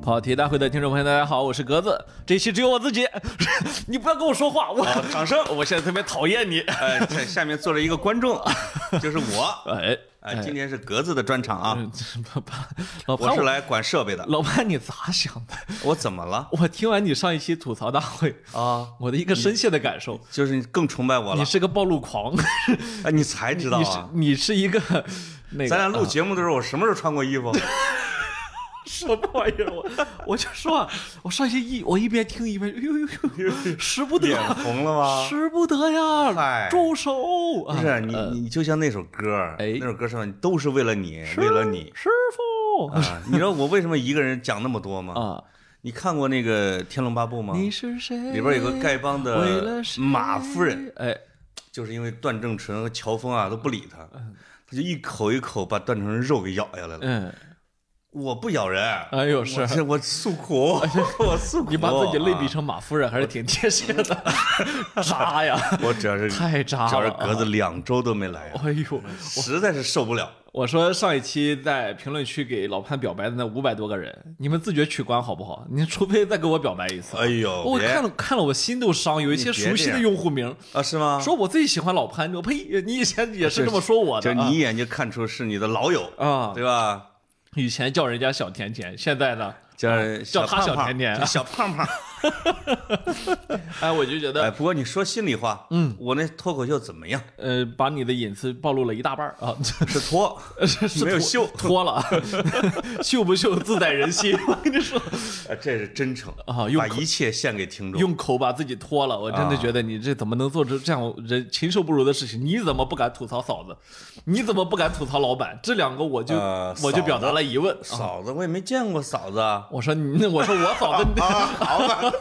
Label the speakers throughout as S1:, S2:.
S1: 跑题大会的听众朋友，大家好，我是格子。这一期只有我自己，你不要跟我说话，
S2: 掌声！
S1: 我现在特别讨厌你。
S2: 这下面坐着一个观众，就是我。今天是格子的专场啊。
S1: 老潘，
S2: 我是来管设备的。
S1: 老潘，你咋想的？
S2: 我怎么了？
S1: 我听完你上一期吐槽大会
S2: 啊，
S1: 我的一个深切的感受
S2: 就是你更崇拜我了。
S1: 你是个暴露狂。
S2: 你才知道啊？
S1: 你是一个那个。
S2: 咱俩录节目的时候，我什么时候穿过衣服？
S1: 什么玩意儿？我就说啊，我上期我一边听一边，使不得，
S2: 脸红了吗？
S1: 使不得呀！住手！
S2: 不是你就像那首歌，那首歌上都是为了你，为了你，
S1: 师傅。
S2: 你知道我为什么一个人讲那么多吗？
S1: 啊，
S2: 你看过那个《天龙八部》吗？
S1: 你是谁？
S2: 里边有个丐帮的马夫人，就是因为段正淳和乔峰啊都不理他，他就一口一口把段正淳肉给咬下来了。我不咬人，
S1: 哎呦，是
S2: 我诉苦，我诉苦。
S1: 你把自己类比成马夫人，还是挺贴切的。渣呀！
S2: 我主要是
S1: 太渣了，
S2: 主要是格子2周都没来，
S1: 哎呦，
S2: 实在是受不了。
S1: 我说上一期在评论区给老潘表白的那500多个人，你们自觉取关好不好？你除非再给我表白一次。
S2: 哎呦，
S1: 我看了我心都伤，有一些熟悉的用户名
S2: 啊，是吗？
S1: 说我最喜欢老潘，我呸！你以前也是这么说我的，
S2: 就你一眼就看出是你的老友啊，对吧？
S1: 以前叫人家小甜甜，现在呢
S2: 叫
S1: 他小甜甜，
S2: 小胖胖。
S1: 我就觉得，
S2: 不过你说心里话，我那脱口秀怎么样？
S1: 把你的隐私暴露了一大半啊，
S2: 是脱，
S1: 是
S2: 没有秀，
S1: 脱了，秀不秀自在人心。我跟你说，
S2: 这是真诚
S1: 啊，
S2: 把一切献给听众，
S1: 用口把自己脱了。我真的觉得你这怎么能做出这样人禽兽不如的事情？你怎么不敢吐槽嫂子？你怎么不敢吐槽老板？这2个我就表达了疑问。
S2: 嫂子，我也没见过嫂子。
S1: 我说我嫂子，
S2: 好吧。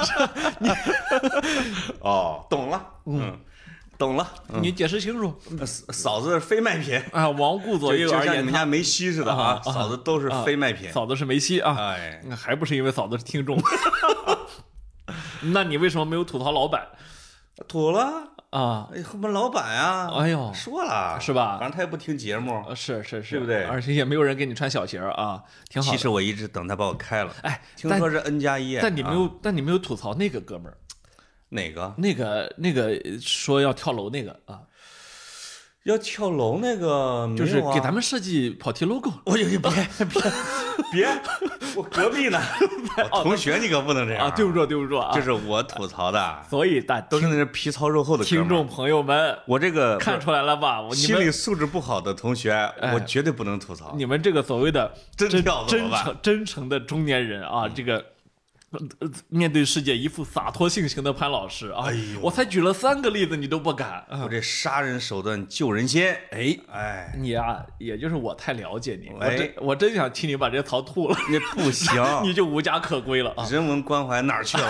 S2: 懂了，懂了，
S1: 你解释清楚。
S2: 嫂子是非卖品
S1: 啊，罔顾左右而言他，
S2: 就像你们家梅西似的啊，嫂子都是非卖品。
S1: 嫂子是梅西啊，还不是因为嫂子是听众。那你为什么没有吐槽老板？
S2: 吐了
S1: 啊！
S2: 我们老板啊，
S1: 哎呦，
S2: 说了是吧？反正他也不听节目，
S1: 是，
S2: 对不对？
S1: 而且也没有人给你穿小鞋啊，挺好。
S2: 其实我一直等他把我开了，听说是 N+1，
S1: 但你没有吐槽那个哥们儿，
S2: 哪个？
S1: 那个说要跳楼那个啊。
S2: 要跳楼那个，
S1: 就是给咱们设计跑题 logo。别，我隔壁呢。同学，你可不能这样啊！对不住啊！
S2: 这是我吐槽的，
S1: 所以
S2: 都是那皮糙肉厚的
S1: 听众朋友们，
S2: 我这个
S1: 看出来了吧？
S2: 心理素质不好的同学，我绝对不能吐槽。
S1: 你们这个所谓的真诚的中年人啊，这个。面对世界一副洒脱性情的潘老师啊，我才举了3个例子，你都不敢。
S2: 我这杀人手段救人心，
S1: 你啊，也就是我太了解你，我真想替你把这槽吐了。
S2: 你不行，
S1: 你就无家可归了啊！
S2: 人文关怀哪儿去了？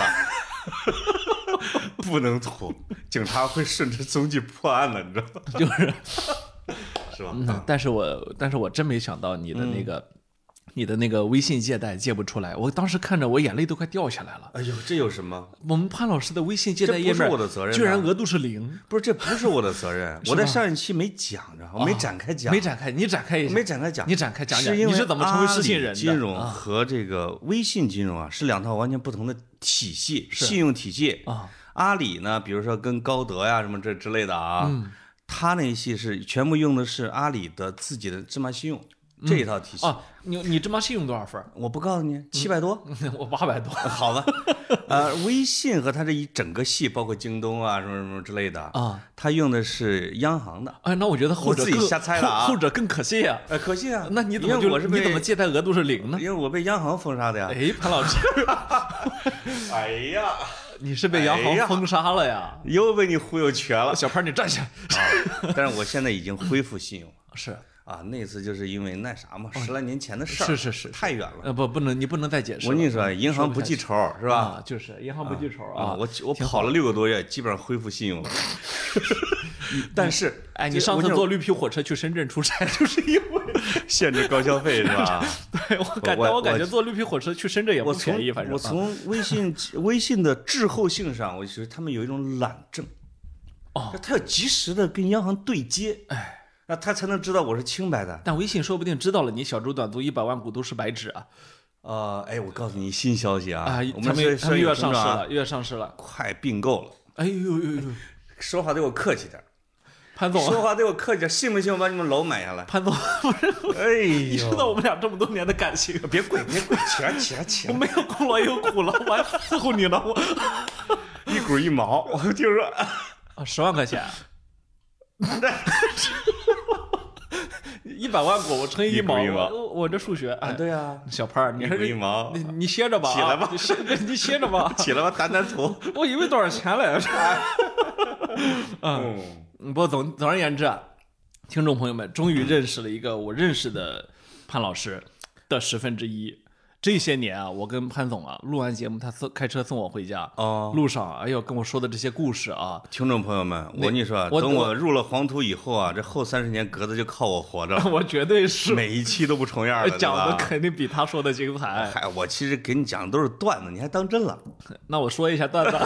S2: 不能吐，警察会顺着踪迹破案的，你知道吗？是吧？
S1: 但是我真没想到你的那个微信借贷借不出来，我当时看着我眼泪都快掉下来了。
S2: 哎呦，这有什么？
S1: 我们潘老师的微信借贷页面，
S2: 这不是我的责任，
S1: 居然额度是0。
S2: 不是，这不是我的责任。我在上一期没讲着，我没展开讲，
S1: 你展开一下，
S2: 没展开讲，
S1: 你展开讲，
S2: 是因为
S1: 你是怎么成为失信人的？
S2: 金融和这个微信金融啊，是2套完全不同的体系，信用体系
S1: 啊。
S2: 阿里呢，比如说跟高德呀什么这之类的啊，他那一系是全部用的是阿里的自己的芝麻信用。这一套体系
S1: 你芝麻信用多少分？
S2: 我不告诉你，700多，
S1: 我800多。
S2: 好吧，微信和它这一整个系，包括京东啊什么什么之类的啊，它用的是央行的。
S1: 那我觉得后者
S2: 自己瞎猜了啊，
S1: 后者更可信啊。
S2: 可信啊。
S1: 那你怎么借贷额度是0呢？
S2: 因为我被央行封杀的呀。
S1: 潘老师，
S2: 哎呀，
S1: 你是被央行封杀了呀？
S2: 又被你忽悠瘸了。
S1: 小潘，你站起来。
S2: 但是我现在已经恢复信用了。
S1: 是。
S2: 那次就是因为那啥嘛，10来年前的事儿，
S1: 是
S2: 太远了。
S1: 不能，你不能再解释。
S2: 我跟你说，银行不记仇是吧？
S1: 就是银行不记仇啊。
S2: 我跑了6个多月，基本上恢复信用了。但是，
S1: 你上次坐绿皮火车去深圳出差，就是因为
S2: 限制高消费是吧？
S1: 对，我感觉坐绿皮火车去深圳也不便宜，反正。
S2: 我从微信的滞后性上，我觉得他们有一种懒政。他要及时的跟央行对接。那他才能知道我是清白的。
S1: 但微信说不定知道了你小猪短租100万股都是白纸啊。
S2: 我告诉你新消息啊，我
S1: 们
S2: 说
S1: 又要上市了，又要上市了，
S2: 快并购了。
S1: 哎呦，
S2: 说话对我客气点，
S1: 潘总，
S2: 说话对我客气点，信不信我把你们楼买下来？
S1: 潘总，不是，你知道我们俩这么多年的感情，
S2: 别跪，起来，
S1: 我没有功劳也有苦劳，我还伺候你呢，我
S2: 一股一毛，我听说
S1: 10万块钱。100万股，我乘以1毛，我这数学
S2: 对啊，
S1: 小潘，你还是
S2: 1毛，
S1: 你歇着吧，
S2: 起来吧，
S1: 你歇着吧，
S2: 起来吧，谈图。
S1: 我以为多少钱来着？不过总而言之啊，听众朋友们终于认识了一个我认识的潘老师的1/10。这些年啊，我跟潘总啊录完节目，他开车送我回家，路上哎呦跟我说的这些故事啊，
S2: 听众朋友们，我跟你说，等我入了黄土以后啊，这后30年格子就靠我活着了。
S1: 我绝对是
S2: 每一期都不重样了，
S1: 讲的肯定比他说的精彩。
S2: 我其实给你讲的都是段子，你还当真了？
S1: 那我说一下段子。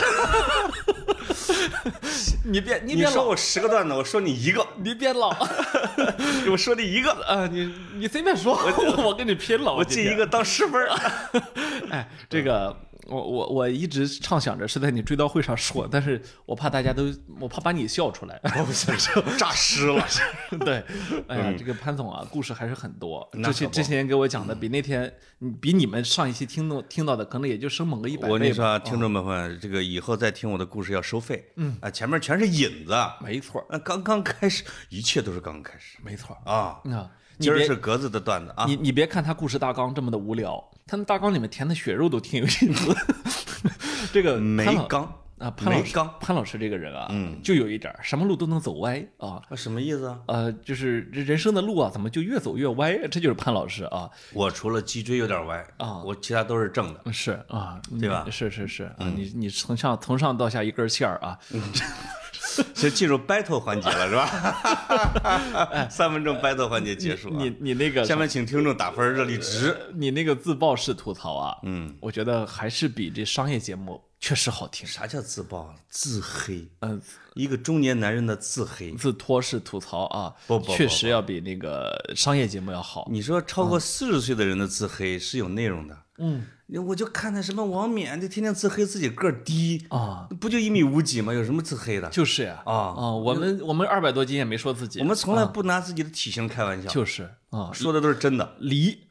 S1: 你
S2: 说我10个段子，我说你1个，
S1: 你别老，
S2: 我说你1个
S1: 你随便说，我跟你拼了，
S2: 我记1个当10分。
S1: 哎，这个我一直畅想着是在你追悼会上说，但是我怕我怕把你笑出来，
S2: 诈尸了。
S1: 对，哎呀，这个潘总啊，故事还是很多。这些年给我讲的比你们上一期听到的可能也就生猛个100倍。
S2: 我跟你说，听众们，这个以后再听我的故事要收费。前面全是引子，
S1: 没错。
S2: 刚刚开始，一切都是刚刚开始，
S1: 没错
S2: 啊。今儿是格子的段子啊！
S1: 你别看他故事大纲这么的无聊，他那大纲里面填的血肉都挺有意思。这个
S2: 没纲
S1: 啊，潘老师这个人啊，就有一点什么路都能走歪啊。
S2: 什么意思啊？
S1: 就是人生的路啊，怎么就越走越歪？这就是潘老师啊。
S2: 我除了脊椎有点歪啊，我其他都是正的。
S1: 是啊，
S2: 对吧？
S1: 是啊，你从上到下一根线啊。
S2: 就进入 battle 环节了是吧？3分钟 battle 环节结束。
S1: 你那个，
S2: 下面请听众打分，热力值。
S1: 你那个自曝式吐槽啊，我觉得还是比这商业节目确实好听。
S2: 啥叫自曝？自黑。一个中年男人的自黑、
S1: 自托式吐槽啊，确实要比那个商业节目要好。
S2: 你说超过40岁的人的自黑是有内容的。我就看那什么王冕，就天天自黑自己个儿低啊，不就1.5米几吗？有什么自黑的？
S1: 就是呀我们200多斤也没说自己，
S2: 我们从来不拿自己的体型开玩笑，
S1: 就是
S2: 说的都是真的。
S1: 梨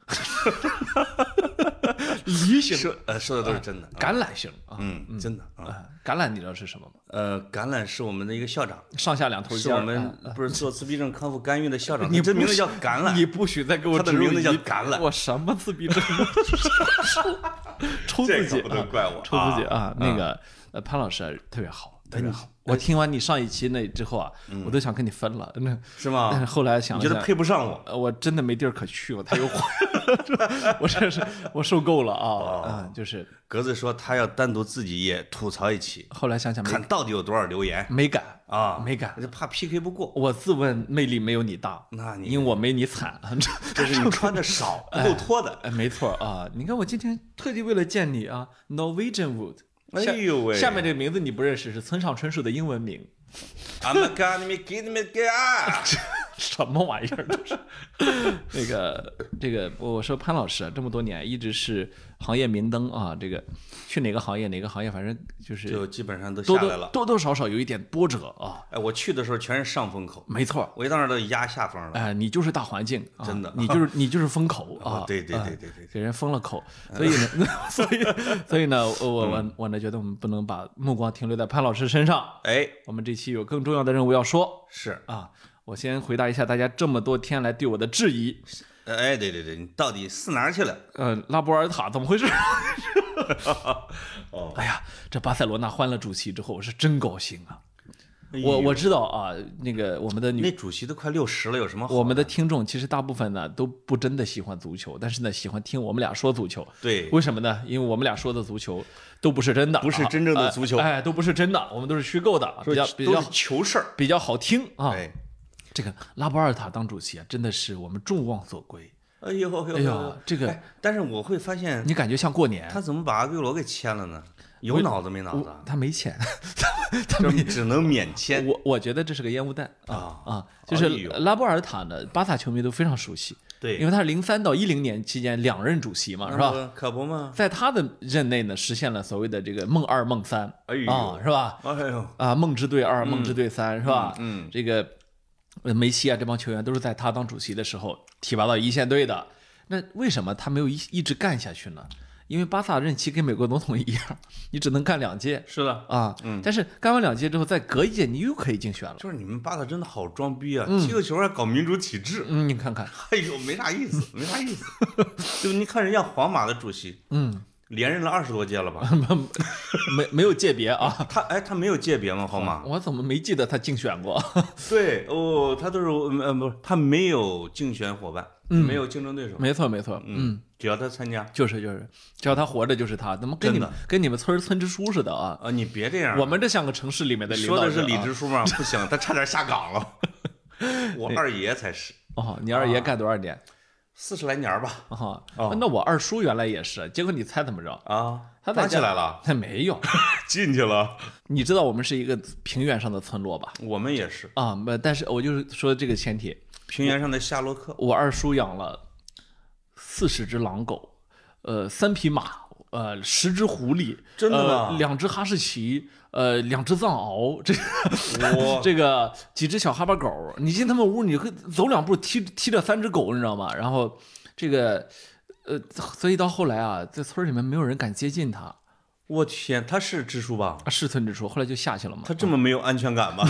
S1: 型
S2: 说的都是真的。
S1: 橄榄型
S2: 真的啊。
S1: 橄榄你知道是什么吗？
S2: 橄榄是我们的一个校长，
S1: 上下2头尖，
S2: 是我们不是做自闭症康复干预的校长，这名字叫橄榄。
S1: 你不许再给我
S2: 他的名字叫橄榄。
S1: 我什么自闭症？抽自己，
S2: 不能怪我，
S1: 抽自己啊！那个潘老师特别好，特别好。我听完你上一期那之后啊，我都想跟你分了，
S2: 是吗？
S1: 但是后来想，
S2: 你觉得配不上我？
S1: 我真的没地儿可去，我太有火，我真是我受够了啊！就是
S2: 格子说他要单独自己也吐槽一期，
S1: 后来想想
S2: 看到底有多少留言，
S1: 没敢
S2: 啊，
S1: 没敢，
S2: 就怕 PK 不过。
S1: 我自问魅力没有你大，因为我没你惨，
S2: 这是你穿的少，不够脱的。
S1: 没错啊，你看我今天特地为了见你啊 ，Norwegian Wood。
S2: 哎呦喂！
S1: 下面这个名字你不认识，是村上春树的英文名。
S2: I'm gonna give me
S1: 什么玩意儿都是。这个，我说潘老师啊，这么多年一直是行业明灯啊。这个去哪个行业，反正就
S2: 基本上都下来了，
S1: 多多少少有一点波折啊。
S2: 哎，我去的时候全是上风口，
S1: 没错，
S2: 我一到那儿都压下风了。
S1: 哎，你就是大环境，
S2: 真的，
S1: 你就是封口啊。
S2: 对，
S1: 给人封了口，所以呢，我呢觉得我们不能把目光停留在潘老师身上。
S2: 哎，
S1: 我们这期有更重要的任务要说。
S2: 是啊，
S1: 我先回答一下大家这么多天来对我的质疑。
S2: 哎，对，你到底死哪儿去了？
S1: 拉波尔塔怎么回事？哎呀，这巴塞罗那换了主席之后，我是真高兴啊！我知道啊，那个我们的
S2: 那主席都快60了，有什么好？
S1: 我们的听众其实大部分呢都不真的喜欢足球，但是呢喜欢听我们俩说足球。
S2: 对，
S1: 为什么呢？因为我们俩说的足球都不是真的，
S2: 不是真正的足球，
S1: 都不是真的，我们都是虚构的，比较
S2: 球事儿，
S1: 比较好听啊。
S2: 哎，
S1: 这个拉波尔塔当主席啊，真的是我们众望所归。
S2: 哎呦，
S1: 这个，
S2: 但是我会发现，
S1: 你感觉像过年，
S2: 他怎么把阿圭罗给签了呢？有脑子没脑子？
S1: 他没钱，
S2: 他只能免签。
S1: 我觉得这是个烟雾弹啊！就是拉波尔塔呢，巴萨球迷都非常熟悉，
S2: 对，
S1: 因为他是03到10年期间2任主席嘛，是吧？
S2: 可不嘛，
S1: 在他的任内呢，实现了所谓的这个梦2梦3，是吧？梦之队2、梦之队3，是吧？这个梅西啊，这帮球员都是在他当主席的时候提拔到一线队的。那为什么他没有一直干下去呢？因为巴萨任期跟美国总统一样，你只能干2届。
S2: 是的
S1: 啊，但是干完2届之后，再隔1届你又可以竞选了。
S2: 就是你们巴萨真的好装逼啊！踢个球还搞民主体制，
S1: 你看看，
S2: 哎呦，没啥意思，没啥意思。就你看人家皇马的主席，连任了20多届了吧？
S1: 没有界别啊。
S2: 他没有界别吗？皇马？
S1: 我怎么没记得他竞选过？
S2: 对哦，他都是不是他没有竞选伙伴，没有竞争对手。
S1: 没错，
S2: 只要他参加，
S1: 就是只要他活着就是他。怎么跟你们村支书似的啊？
S2: 你别这样，
S1: 我们这像个城市里面的领导人。
S2: 说的是李支书吗？不行，他差点下岗了。我二爷才是。
S1: 你二爷干多少年
S2: ？40来年吧。
S1: 那我二叔原来也是，结果你猜怎么着
S2: 啊？
S1: 他
S2: 打起来了？
S1: 他没有
S2: 进去了。
S1: 你知道我们是一个平原上的村落吧？
S2: 我们也是
S1: 啊，但是我就是说这个前提，
S2: 平原上的夏洛克。
S1: 我二叔养了40只狼狗，3匹马，10只狐狸，
S2: 真的吗
S1: ？2只哈士奇，2只藏獒，这个几只小哈巴狗。你进他们屋，你会走2步踢着3只狗，你知道吗？然后这个所以到后来啊，在村里面没有人敢接近他。
S2: 我天，他是支书吧？
S1: 是村支书，后来就下去了嘛。
S2: 他这么没有安全感吗？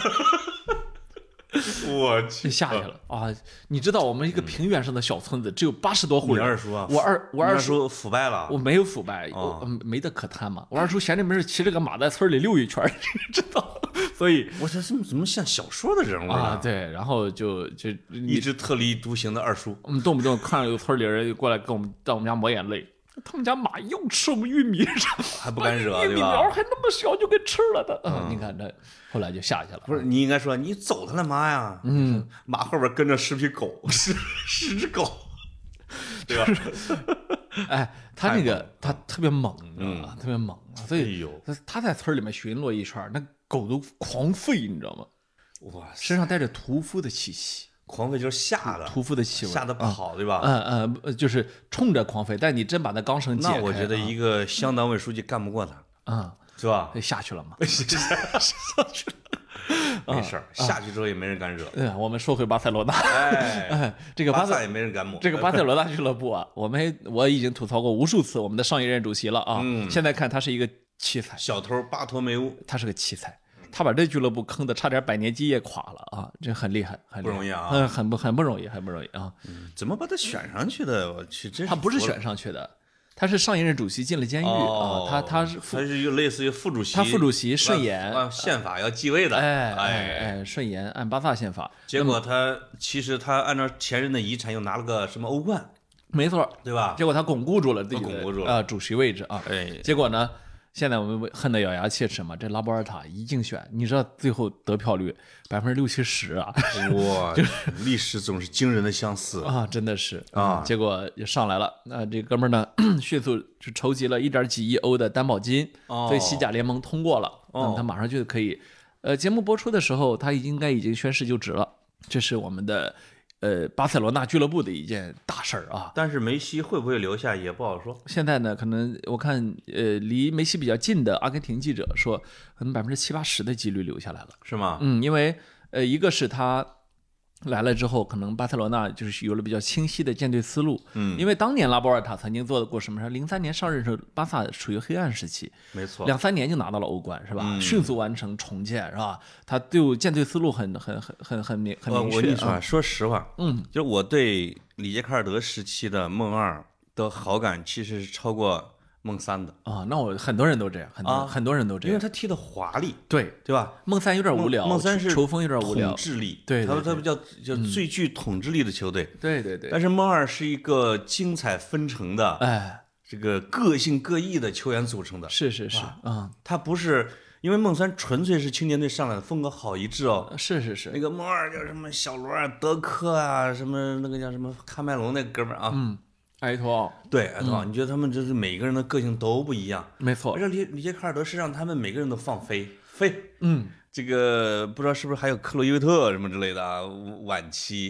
S2: 我去，
S1: 下去了啊！你知道我们一个平原上的小村子只有80多户人。
S2: 你二叔啊？
S1: 我二叔
S2: 腐败了？
S1: 我没有腐败，我没得可贪嘛。我二叔闲着没事骑着个马在村里溜一圈，你知道？所以
S2: 我说怎么像小说的人物
S1: 啊？对，然后就
S2: 一直特立独行的二叔，
S1: 我们动不动看有村里人过来到我们家抹眼泪。他们家马又吃我们玉米，
S2: 还不敢惹，
S1: 玉米苗还那么小就给吃了的。你看这后来就下去了。
S2: 不是，你应该说你走他的妈呀！马后边跟着10匹狗，10只狗，对吧？
S1: 他那个他特别猛，你知道吗？特别猛，所以他在村里面巡逻一圈，那狗都狂吠，你知道吗？
S2: 哇，
S1: 身上带着屠夫的气息。
S2: 狂吠就是吓的，
S1: 屠夫的气味，
S2: 吓得跑，对吧？
S1: 就是冲着狂吠，但你真把他钢绳解开，
S2: 那我觉得一个乡党委书记干不过他，是吧？
S1: 下去了嘛，
S2: 下去了，没事儿，下去之后也没人敢惹。
S1: 我们说回巴塞罗那，这个
S2: 巴萨也没人敢摸。
S1: 这个巴塞罗那俱乐部啊，我已经吐槽过无数次我们的上一任主席了啊，现在看他是一个奇才，
S2: 小偷巴托梅乌，
S1: 他是个奇才。他把这俱乐部坑的差点100年基业垮了啊！这很厉害，很
S2: 不容易啊，
S1: 很不容易，很不容易啊！
S2: 怎么把他选上去的？我去，
S1: 他不是选上去的，他是上一任主席进了监狱啊！他
S2: 是一个类似于副主席，
S1: 他副主席顺延，
S2: 宪法要继位的，
S1: 顺延按巴萨宪法。
S2: 结果其实他按照前任的遗产又拿了个什么欧冠，
S1: 没错，
S2: 对吧？
S1: 结果他巩固住了自己的主席位置啊！结果呢？现在我们恨得咬牙切齿嘛，这拉波尔塔一竞选，你知道最后得票率60%-70%啊！
S2: 哇，历史总是惊人的相似
S1: 啊，真的是啊！结果也上来了，这哥们儿呢，迅速就筹集了1.几亿欧的担保金，所以西甲联盟通过了，那么他马上就可以，节目播出的时候，他应该已经宣誓就职了，这是我们的。巴塞罗那俱乐部的一件大事儿啊，
S2: 但是梅西会不会留下也不好说。
S1: 现在呢，可能我看离梅西比较近的阿根廷记者说，可能70%-80%的几率留下来了，
S2: 是吗？
S1: 因为一个是他来了之后，可能巴塞罗那就是有了比较清晰的建队思路。因为当年拉波尔塔曾经做过什么事？03年上任时候，巴萨处于黑暗时期，
S2: 没错
S1: ，2-3年就拿到了欧冠，是吧？迅速完成重建，是吧？他对建队思路很明确。
S2: 我跟你说，说实话，就是我对里杰卡尔德时期的梦2的好感其实是超过梦3的
S1: 啊。那我很多人都这样，很多人都这样，
S2: 因为他踢的华丽，
S1: 对
S2: 吧？
S1: 梦3有点无聊，
S2: 梦3是
S1: 球风有点无聊，
S2: 统治力，
S1: 对，
S2: 他们叫最具统治力的球队，
S1: 对。
S2: 但是梦2是一个精彩纷呈的，这个个性各异的球员组成的，
S1: 是，
S2: 他不是。因为梦3纯粹是青年队上来的，风格好一致哦。
S1: 是。
S2: 那个梦2叫什么小罗啊、德科啊，什么那个叫什么喀麦隆那哥们儿啊，
S1: 埃托奥，
S2: 对，埃托奥，你觉得他们就是每个人的个性都不一样？
S1: 没错。
S2: 而且里杰卡尔德是让他们每个人都放飞。这个不知道是不是还有克洛伊维特什么之类的啊，晚期，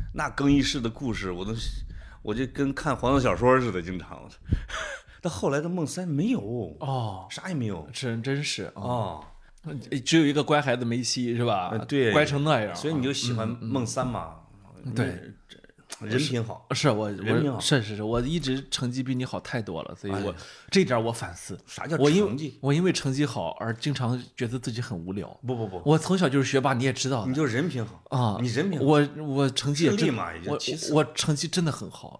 S2: 那更衣室的故事，我就跟看黄色小说似的，经常。到后来的梦三没有
S1: 哦，
S2: 啥也没有，
S1: 真是
S2: 哦，
S1: 只有一个乖孩子梅西是吧？
S2: 对，
S1: 乖成那样，
S2: 所以你就喜欢梦三嘛？
S1: 对。
S2: 人品好，
S1: 是
S2: 人品好，
S1: 是，我一直成绩比你好太多了，所以我这点我反思。
S2: 啥叫成绩？
S1: 我因为成绩好而经常觉得自己很无聊。
S2: 不，
S1: 我从小就是学霸，你也知道的。
S2: 你就人品好
S1: 啊，
S2: 你人品好。
S1: 我成绩也真，我成绩真的很好。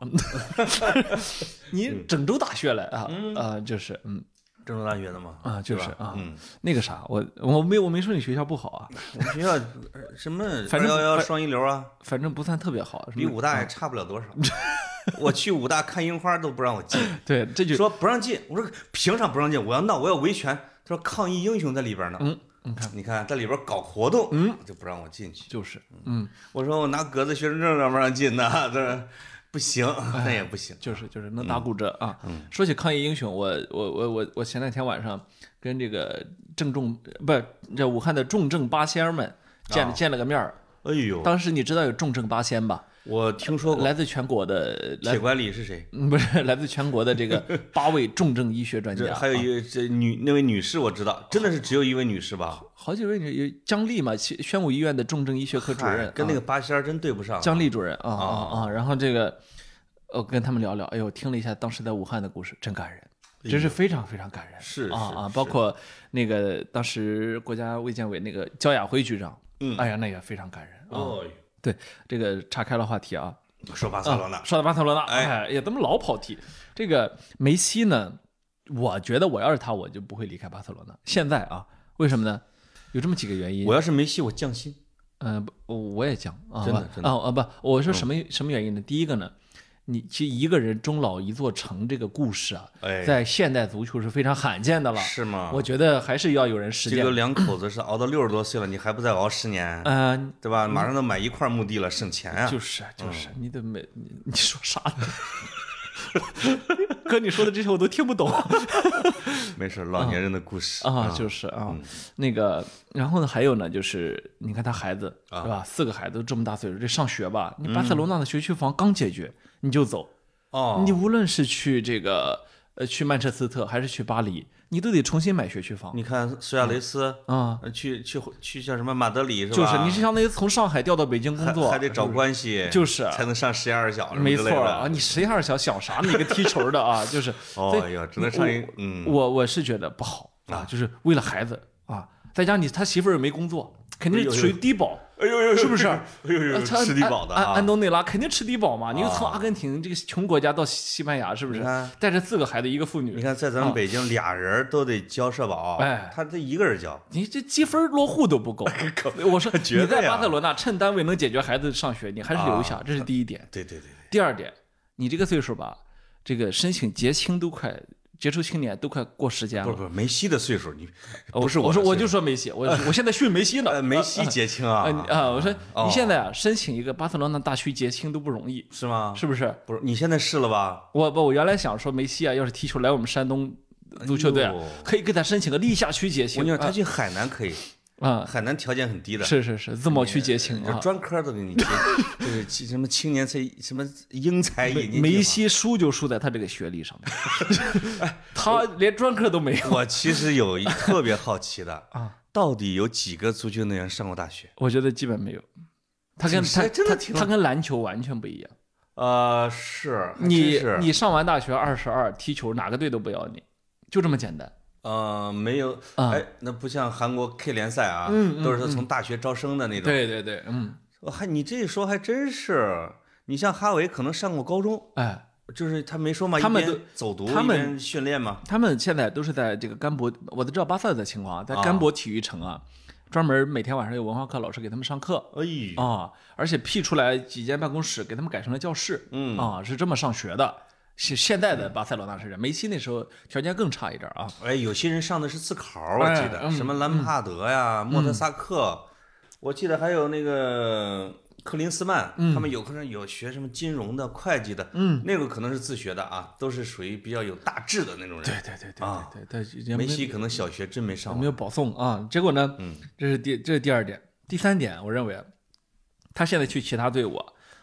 S1: 你郑州大学来就是
S2: 郑州大学的嘛
S1: 就是那个啥，我没说你学校不好啊，
S2: 我们学校什么211双一流啊，
S1: 反正不算特别好，
S2: 比武大也差不了多少。我去武大看樱花都不让我进，
S1: 对，这就
S2: 说不让进，我说凭啥不让进？我要闹，我要维权。他说抗疫英雄在里边呢，你看在里边搞活动，就不让我进去。
S1: 就是，
S2: 我说我拿格子学生证让不让进呢？这。不行，那也不行，
S1: 就是能打骨折啊！说起抗疫英雄，我前两天晚上跟这个这武汉的重症八仙们见了个面儿。
S2: 哎呦，
S1: 当时你知道有重症八仙吧？
S2: 我听说过，
S1: 来自全国的
S2: 铁拐李是谁？
S1: 不是，来自全国的这个8位重症医学专家。
S2: 还有一个那位女士，我知道，真的是只有一位女士吧？
S1: 好几位有姜丽嘛，宣武医院的重症医学科主任，
S2: 跟那个八仙真对不上。
S1: 姜丽主任然后这个我跟他们聊聊，哎呦，听了一下当时在武汉的故事，真感人，真是非常非常感人。
S2: 是
S1: 包括那个当时国家卫健委那个焦亚辉局长，哎呀，那也非常感人啊。对，这个岔开了话题啊，
S2: 说巴塞罗那，
S1: 说到巴塞罗那，哎呀，咱们老跑题。这个梅西呢，我觉得我要是他，我就不会离开巴塞罗那。现在啊，为什么呢？有这么几个原因。
S2: 我要是梅西，我降薪。
S1: 我也降啊，
S2: 真的
S1: 不，我说什么原因呢？第一个呢，你其实一个人终老一座城这个故事啊，在现代足球是非常罕见的了，
S2: 是吗？
S1: 我觉得还是要有人实践。
S2: 这个两口子是熬到60多岁了，你还不再熬10年？对吧？马上都买一块墓地了，省钱啊！
S1: 就是，你得没你说啥呢？哥，你说的这些我都听不懂。
S2: 没事，老年人的故事
S1: 就是那个，然后呢，还有呢，就是你看他孩子是吧？4个孩子都这么大岁数，这上学吧，你巴塞罗那的学区房刚解决你就走你无论是去这个去曼彻斯特还是去巴黎，你都得重新买学区房。
S2: 你看苏亚雷斯去叫什么马德里是吧？
S1: 就是你是相当于从上海调到北京工作，
S2: 还得找关系，
S1: 就是
S2: 才能上12小。
S1: 没错啊，你12小想啥呢？一个踢球的啊，就是。
S2: 哎呀，只能上一
S1: 我是觉得不好啊，就是为了孩子啊，再加上他媳妇儿也没工作，肯定属于低保。
S2: 哎呦，
S1: 是不是？
S2: 吃低保的
S1: 安东内拉肯定吃低保嘛。你从阿根廷这个穷国家到西班牙，是不是？带着4个孩子，1个妇女。
S2: 你看，在咱们北京，2人都得交社保，他这1个人交，
S1: 你这积分落户都不够。我说你在巴塞罗那，趁单位能解决孩子上学，你还是留下，这是第一点。
S2: 对。
S1: 第二点，你这个岁数吧，这个申请结青都快。杰出青年都快过时间了。
S2: 不，梅西的岁数，你不是
S1: 我就说梅西，我现在训梅西呢。
S2: 梅西结青啊
S1: 我说你现在申请一个巴塞罗那大区结青都不容易，
S2: 是吗？
S1: 是不是？
S2: 不是，你现在试了吧？
S1: 我原来想说梅西啊，要是踢球来我们山东足球队可以给他申请个历下区结青。
S2: 我跟你说，他去海南可以。海南条件很低的，
S1: 是自贸区结青
S2: 专科都给你结，就是什么青年才什么英才引进。
S1: 梅西输就输在他这个学历上面，他连专科都没有。
S2: 我其实有特别好奇的到底有几个足球运动员上过大学？
S1: 我觉得基本没有。他跟篮球完全不一
S2: 样。是
S1: 你上完大学22踢球，哪个队都不要你，就这么简单。
S2: 没有，那不像韩国 K 联赛啊，都是从大学招生的那种。
S1: 对，
S2: 你这一说还真是，你像哈维可能上过高中，就是他没说嘛，
S1: 他们
S2: 一边走读一边训练嘛。
S1: 他们现在都是在这个甘博，我都知道巴塞的情况，在甘博体育城专门每天晚上有文化课老师给他们上课，而且辟出来几间办公室给他们改成了教室，是这么上学的。现在的巴塞罗那是这样，梅西那时候条件更差一点
S2: 有些人上的是自考，我记得什么兰帕德呀、莫特萨克，我记得还有那个克林斯曼，他们有可能有学什么金融的、会计的，那个可能是自学的都是属于比较有大志的那种人。对，梅西可能小学真没上，
S1: 没有保送结果呢，这是第二点，第三点，我认为他现在去其他队伍，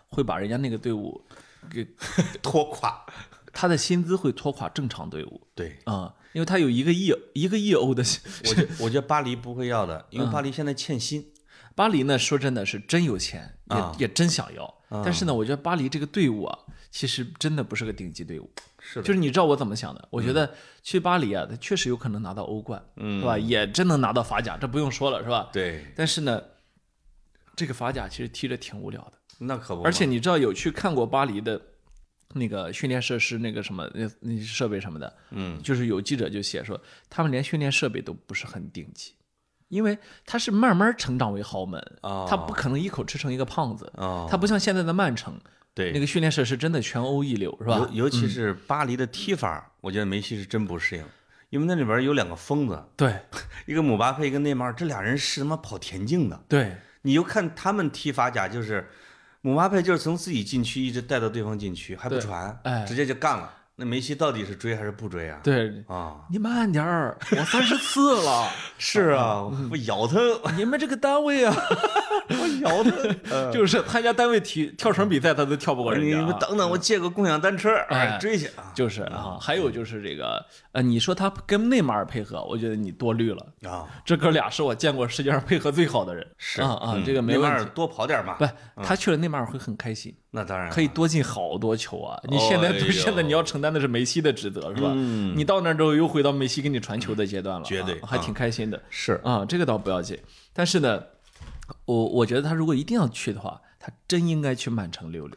S1: 会把人家那个队伍给
S2: 拖垮。
S1: 他的薪资会拖垮正常队伍。
S2: 对
S1: 因为他有1亿欧的。
S2: 我觉得巴黎不会要的，因为巴黎现在欠薪。
S1: 巴黎呢，说真的是真有钱，也真想要。但是呢，我觉得巴黎这个队伍啊，其实真的不是个顶级队伍。
S2: 是的，
S1: 就是你知道我怎么想的？我觉得去巴黎啊，他确实有可能拿到欧冠，是吧？也真能拿到法甲，这不用说了，是吧？
S2: 对。
S1: 但是呢，这个法甲其实踢着挺无聊的。
S2: 那可不。
S1: 而且你知道有去看过巴黎的那个训练设施，那个什么那设备什么的，就是有记者就写说，他们连训练设备都不是很顶级。因为他是慢慢成长为豪门，他不可能一口吃成一个胖子，他不像现在的曼城，
S2: 对，
S1: 那个训练设施真的全欧一流，是吧？
S2: 尤其是巴黎的踢法，我觉得梅西是真不适应，因为那里边有2个疯子，
S1: 对，
S2: 一个姆巴佩，一个内马尔，这俩人是他妈跑田径的，
S1: 对，
S2: 你就看他们踢法甲，就是姆巴佩就是从自己禁区一直带到对方禁区，还不传，直接就干了。那梅西到底是追还是不追啊？
S1: 对你慢点儿，我34了。
S2: 是啊，我咬他！
S1: 你们这个单位啊，
S2: 我咬他！
S1: 就是参加单位跳绳比赛，他都跳不过人家。
S2: 你们等等，我借个共享单车，追去啊！
S1: 就是还有就是这个，你说他跟内马尔配合，我觉得你多虑了啊。这哥俩是我见过世界上配合最好的人。
S2: 是
S1: 这个
S2: 内马尔多跑点嘛。
S1: 不，他去了内马尔会很开心。
S2: 那当然
S1: 可以多进好多球啊！你现在你要承担的是梅西的职责，是吧？你到那之后又回到梅西给你传球的阶段了，
S2: 绝对
S1: 还挺开心的。
S2: 是
S1: 这个倒不要紧。但是呢，我觉得他如果一定要去的话，他真应该去曼城溜溜。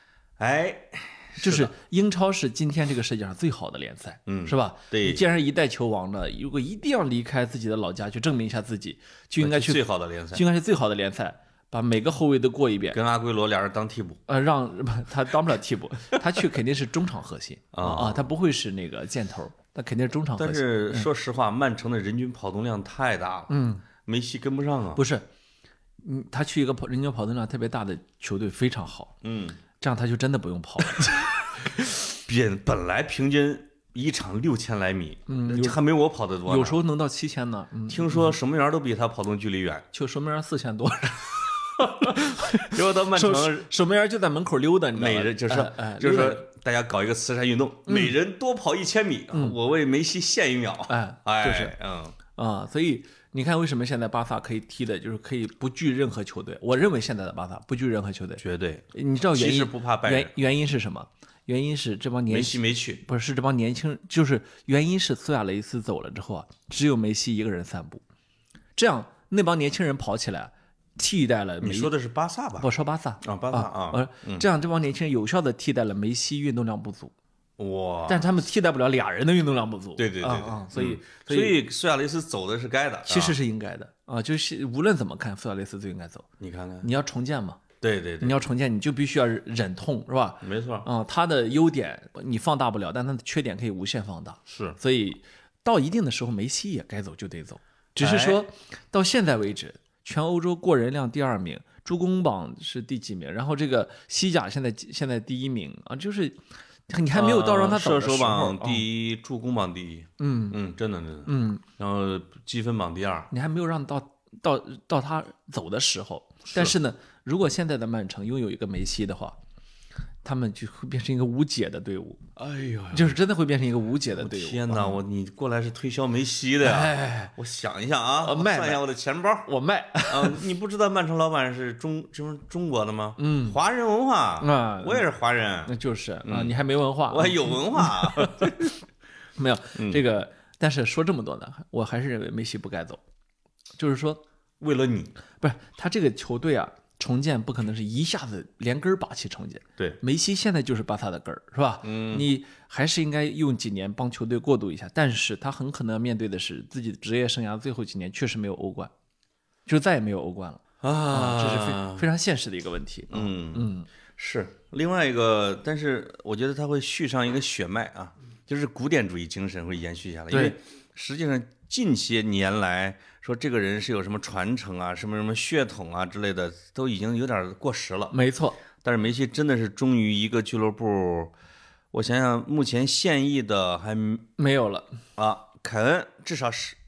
S1: 就是英超是今天这个世界上最好的联赛，是吧？
S2: 对，
S1: 你既然一代球王了，如果一定要离开自己的老家去证明一下自己，就应该去
S2: 最好的联赛，
S1: 就应该是最好的联赛。把每个后卫都过一遍，
S2: 跟阿圭罗俩人当替补，
S1: 让他当不了替补，他去肯定是中场核心他不会是那个箭头，他肯定是中场核心。
S2: 但是说实话，曼城的人均跑动量太大了，梅西跟不上啊。
S1: 不是，他去一个人均跑动量特别大的球队非常好，这样他就真的不用跑了。
S2: 本来平均一场6000来米，还没我跑得多呢，
S1: 有时候能到7000呢。
S2: 听说守门员都比他跑动距离远，
S1: 就守门员4000多。
S2: 结果到曼城，
S1: 守门员就在门口溜达，你知道吗？
S2: 每人就是说，大家搞一个慈善运动，每人多跑1000米，我为梅西献1秒。
S1: 就是所以你看，为什么现在巴萨可以踢的，就是可以不惧任何球队？我认为现在的巴萨不惧任何球队，
S2: 绝对。
S1: 你知道原因？
S2: 其实不怕败人。
S1: 原因是什么？原因是这帮梅
S2: 西没去，
S1: 不是这帮年轻，就是原因是苏亚雷斯走了之后只有梅西一个人散步，这样那帮年轻人跑起来。替代了
S2: 你说的是巴萨吧？
S1: 我说巴萨
S2: 巴萨
S1: 这样这帮年轻人有效的替代了梅西运动量不足。
S2: 哇！
S1: 但他们替代不了俩人的运动量不足。
S2: 对，
S1: 所
S2: 以苏亚雷斯走的是该的，
S1: 其实是应该的就是无论怎么看，苏亚雷斯就应该走。
S2: 你看看，
S1: 你要重建嘛？
S2: 对，
S1: 你要重建，你就必须要忍痛，是吧？
S2: 没错
S1: 他的优点你放大不了，但他的缺点可以无限放大。
S2: 是，
S1: 所以到一定的时候，梅西也该走就得走。只是说到现在为止。全欧洲过人量第2名，助攻榜是第几名？然后这个西甲现在第1名就是你还没有到让他走的时候。
S2: 射手榜第1，助攻榜第1。真的。然后积分榜第2，
S1: 你还没有让到他走的时候。但是呢，如果现在的曼城拥有一个梅西的话，他们就会变成一个无解的队伍。
S2: 哎呦，
S1: 就是真的会变成一个无解的队伍。
S2: 天哪，你过来是推销梅西的呀？我想一下我算一下我的钱包，
S1: 我卖。
S2: 你不知道曼城老板是中国的吗？华人文化我也是华人。
S1: 那就是你还没文化，
S2: 我还有文化。
S1: 没有这个，但是说这么多呢，我还是认为梅西不该走。就是说，
S2: 为了你，
S1: 不是他这个球队重建不可能是一下子连根拔起重建。
S2: 对，
S1: 梅西现在就是巴萨的根儿，是吧？你还是应该用几年帮球队过渡一下。但是他很可能要面对的是自己职业生涯最后几年确实没有欧冠，就再也没有欧冠了这是非常现实的一个问题。
S2: 是另外一个，但是我觉得他会续上一个血脉就是古典主义精神会延续下来，因为实际上近些年来说这个人是有什么传承什么血统之类的，都已经有点过时了。
S1: 没错，
S2: 但是梅西真的是忠于一个俱乐部。我想想，目前现役的还
S1: 没有了
S2: 凯恩至少是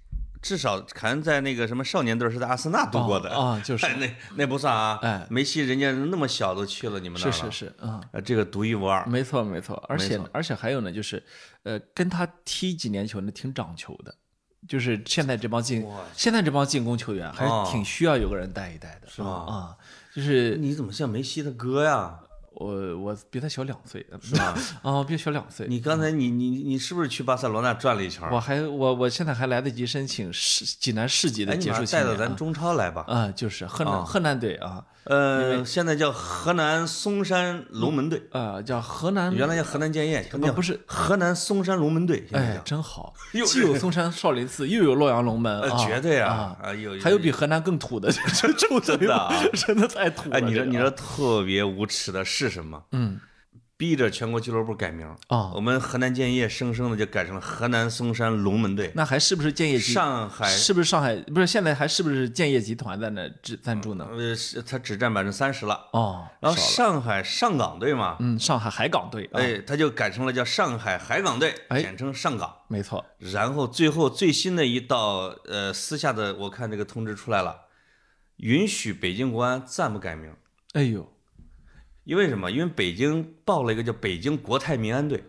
S2: 至少凯恩在那个什么少年队是在阿森纳度过的
S1: 就是
S2: 那不算啊。
S1: 哎，
S2: 梅西人家那么小都去了你们那儿了，
S1: 是
S2: 这个独一无二。
S1: 没错，而且还有呢，就是跟他踢几年球呢，挺长球的。就是现在这帮进攻球员还是挺需要有个人带一带的，
S2: 是吗？
S1: 就是
S2: 你怎么像梅西的哥呀？
S1: 我比他小2岁，
S2: 是吧？
S1: 比他小2岁。
S2: 你刚才你是不是去巴塞罗那转了一圈？
S1: 我现在还来得及申请济南市级的结束青年，
S2: 带到咱中超来吧。
S1: 就是河南队啊。
S2: 现在叫河南嵩山龙门队。
S1: 叫河南，
S2: 原来叫河南建业，
S1: 不是
S2: 河南嵩山龙门队。
S1: 哎，真好，既有嵩山少林寺，又有洛阳龙门，
S2: 绝对啊！
S1: 还有比河南更土的，真的太土了。
S2: 你说特别无耻的是什么？逼着全国俱乐部改名我们河南建业生生的就改成了河南嵩山龙门队。
S1: 那还是不是建业集？
S2: 上海
S1: 是不是上海？不是，现在还是不是建业集团在那赞助呢？
S2: 他只占30%了。然后上海上港队嘛，
S1: 上海海港队，
S2: 他就改成了叫上海海港队，简称上港。
S1: 没错。
S2: 然后最后最新的一道私下的，我看这个通知出来了，允许北京国安暂不改名。
S1: 哎呦。
S2: 因为什么？因为北京报了一个叫北京国泰民安队，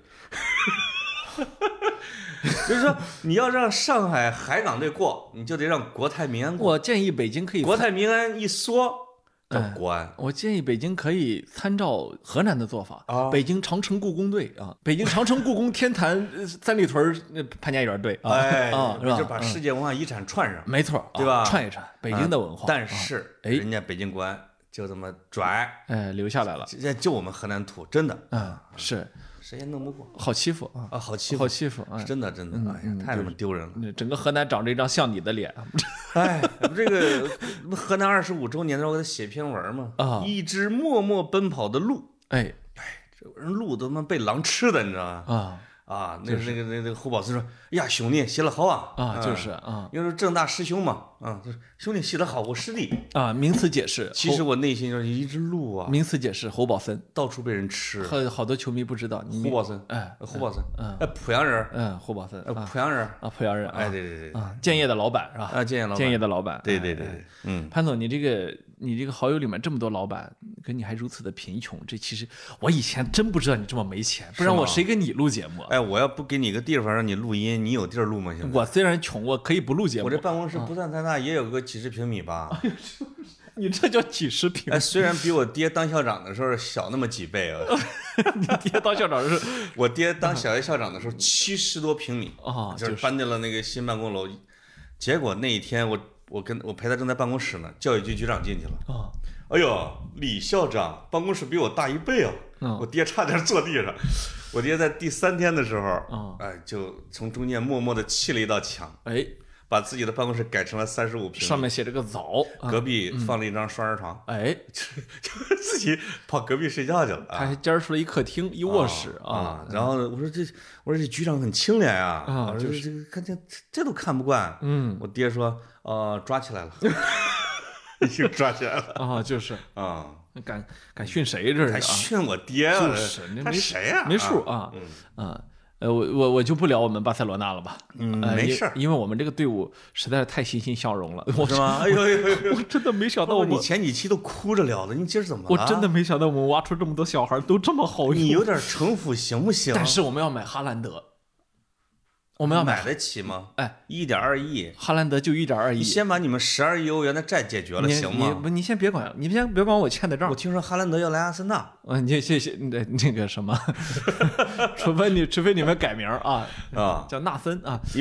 S2: 就是说你要让上海海港队过，你就得让国泰民安过。
S1: 我建议北京可以
S2: 国泰民安一缩叫国安。
S1: 我建议北京可以参照河南的做法北京长城故宫队北京长城故宫天坛三里屯潘家园队
S2: 是吧？就把世界文化遗产串上，
S1: 没错，
S2: 对吧？
S1: 串一串北京的文化。
S2: 但是人家北京国安就这么拽，
S1: 留下来了。
S2: 就我们河南土，真的，
S1: 是谁
S2: 也弄不过，
S1: 好欺负
S2: 好欺负，真的，哎呀，太他妈丢人了。
S1: 整个河南长着一张像你的脸。
S2: 这个河南25周年的时候，我给他写篇文嘛，一只默默奔跑的鹿，这人鹿都他妈被狼吃的，你知道吗？那个侯宝森说：“哎呀，兄弟写得好
S1: 就是
S2: 因为正大师兄嘛，兄弟写得好，我师弟
S1: 名词解释。
S2: 其实我内心就是一只鹿
S1: 名词解释，侯宝森
S2: 到处被人吃，
S1: 好多球迷不知道。
S2: 侯宝森，侯宝森，濮阳人，
S1: 侯宝森，
S2: 濮阳人
S1: 濮阳人，
S2: 对，
S1: 建业的老板是吧？建业的老板，
S2: 对，
S1: 潘总，你这个好友里面这么多老板，跟你还如此的贫穷，这其实我以前真不知道你这么没钱，不然我谁跟你录节目？
S2: 我要不给你个地方让你录音，你有地儿录吗？现在
S1: 我虽然穷，我可以不录节目。
S2: 我这办公室不算太大，也有个几十平米吧。
S1: 你这叫几十平？
S2: 虽然比我爹当校长的时候小那么几倍
S1: 你爹当校长是？
S2: 我爹当小学校长的时候70多平米就是搬进了那个新办公楼。结果那一天我陪他正在办公室呢，教育局局长进去了哎呦，李校长办公室比我大1倍我爹差点坐地上。我爹在第3天的时候就从中间默默地砌了一道墙把自己的办公室改成了35平米，
S1: 上面写着个早，
S2: 隔壁放了一张双人床就自己跑隔壁睡觉去了
S1: 他还尖出了一客厅一卧室
S2: 然后我说这局长很清廉我说这个看这都看不惯我爹说抓起来了已经抓起来了
S1: 就是敢训谁这是？
S2: 还训我爹
S1: 就是
S2: 他谁呀？
S1: 没数我就不聊我们巴塞罗那了吧。
S2: 没事，
S1: 因为我们这个队伍实在是太欣欣向荣了。
S2: 是吗？哎呦，
S1: 我真的没想到
S2: 你前几期都哭着聊的，你今儿怎么了？
S1: 我真的没想到我们挖出这么多小孩都这么好用。
S2: 你有点城府行不行？
S1: 但是我们要买哈兰德。我们要
S2: 买得起吗？1.2亿，
S1: 哈兰德就1.2亿。
S2: 你先把你们12亿欧元的债解决了，行吗？
S1: 你先别管，我欠的账。
S2: 我听说哈兰德要来阿森纳。
S1: 你谢谢那个什么，除非你们改名叫纳森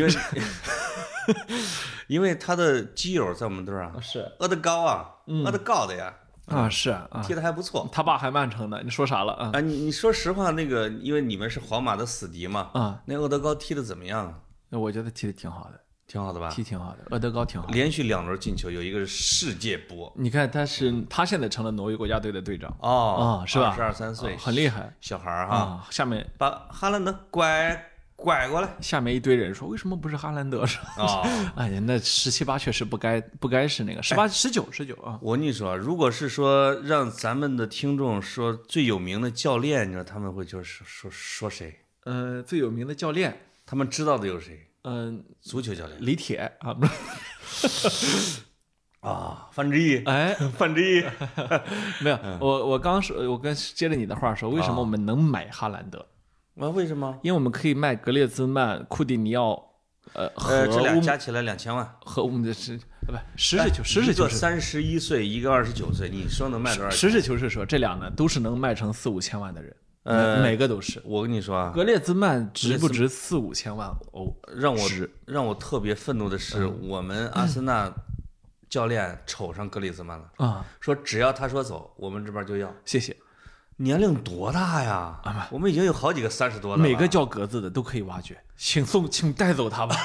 S2: 因为他的基友在我们队
S1: 是
S2: 厄德高厄德高的呀。
S1: 是
S2: 踢得还不错，
S1: 他爸还曼城的，你说啥了
S2: 你说实话，那个因为你们是皇马的死敌嘛那厄德高踢得怎么样？
S1: 我觉得踢得挺好的，
S2: 挺好的吧？
S1: 踢挺好的，厄德高挺好的，
S2: 连续2轮进球，有一个是世界波。
S1: 你看他现在成了挪威国家队的队长是吧
S2: ？22、23岁，
S1: 很厉害，
S2: 小孩
S1: 下面
S2: 把哈兰德拐过来，
S1: 下面一堆人说为什么不是哈兰德？哎呀，那17、18确实不该是那个18、19
S2: 我跟你说，如果是说让咱们的听众说最有名的教练，你知道他们会就是说谁？
S1: 最有名的教练，
S2: 他们知道的有谁？ 足球教练
S1: 李铁啊，不是
S2: 啊，范志毅，
S1: 哎，
S2: 范志毅，
S1: 没有，我刚说，我接着你的话说，为什么我们能买哈兰德？
S2: 为什么？
S1: 因为我们可以卖格列兹曼、库蒂尼奥，
S2: 这俩加起来2000万，
S1: 和我们的实事求是，
S2: 一个31岁，一个29岁，你说能卖多少钱？
S1: 实事求是说，这俩呢都是能卖成4、5千万的人，每个都是。
S2: 我跟你说啊，
S1: 格列兹曼值不值4、5千万欧？
S2: 让我特别愤怒的是，我们阿森纳教练瞅上格列兹曼了
S1: 啊，
S2: 说只要他说走，我们这边就要。
S1: 谢谢。
S2: 年龄多大呀？我们已经有好几个30多了。
S1: 每个叫格子的都可以挖掘，请带走他吧。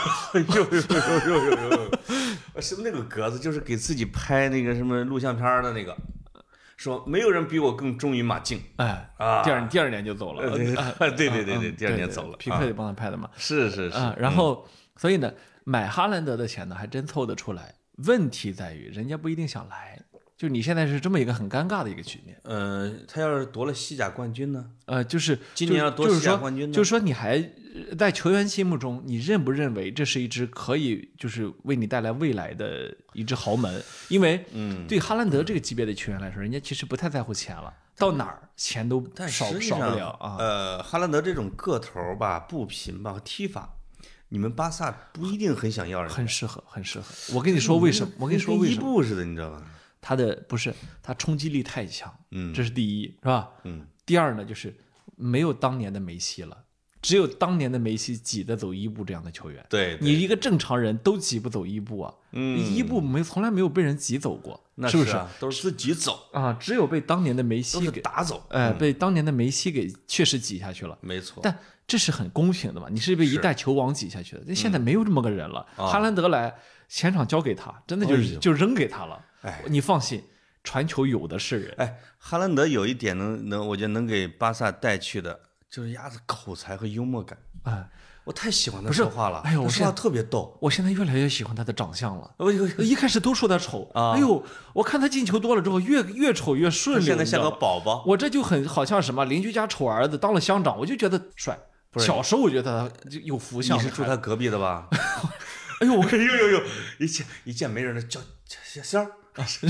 S2: 是不是那个格子？就是给自己拍那个什么录像片的那个，说没有人比我更忠于马竞。
S1: 哎啊，第二年就走了。
S2: 对，第二年走了。
S1: 皮克也帮他拍的嘛。
S2: 是
S1: 啊，然后所以呢，买哈兰德的钱呢，还真凑得出来。问题在于人家不一定想来。就你现在是这么一个很尴尬的一个局面。
S2: 他要是夺了西甲冠军呢？
S1: 就是
S2: 今年要夺西甲冠军呢？
S1: 就是说你还在球员心目中，你认不认为这是一支可以就是为你带来未来的一支豪门？因为对哈兰德这个级别的球员来说，人家其实不太在乎钱了，到哪儿钱都少不了啊。
S2: 哈兰德这种个头吧、步频吧、踢法。你们巴萨不一定很想要人，
S1: 很适合。我跟你说为什么？跟
S2: 伊布似的，你知道吧？
S1: 他冲击力太强，这是第一，是吧？第二呢，就是没有当年的梅西了，只有当年的梅西挤得走伊布这样的球员。
S2: 对，
S1: 你一个正常人都挤不走伊布啊，伊布从来没有被人挤走过，
S2: 是
S1: 不是？
S2: 都是自己走
S1: 啊，只有被当年的梅西给
S2: 打走，
S1: 被当年的梅西给确实挤下去了，
S2: 没错。
S1: 但这是很公平的嘛？你是被一代球王挤下去的，那现在没有这么个人了。哈兰德来，前场交给他，真的就扔给他了。你放心，传球有的是人。
S2: 哈兰德有一点我觉得能给巴萨带去的，就是鸭子口才和幽默感。我太喜欢他说话了。我说话特别逗。
S1: 我现在越来越喜欢他的长相了。一开始都说他丑，我看他进球多了之后，越瞅越顺溜。
S2: 现在像个宝宝。
S1: 我这就好像什么邻居家丑儿子当了乡长，我就觉得帅。小时候我觉得他有福相。
S2: 你是住他隔壁的吧？
S1: 我看
S2: 一见没人的叫仙儿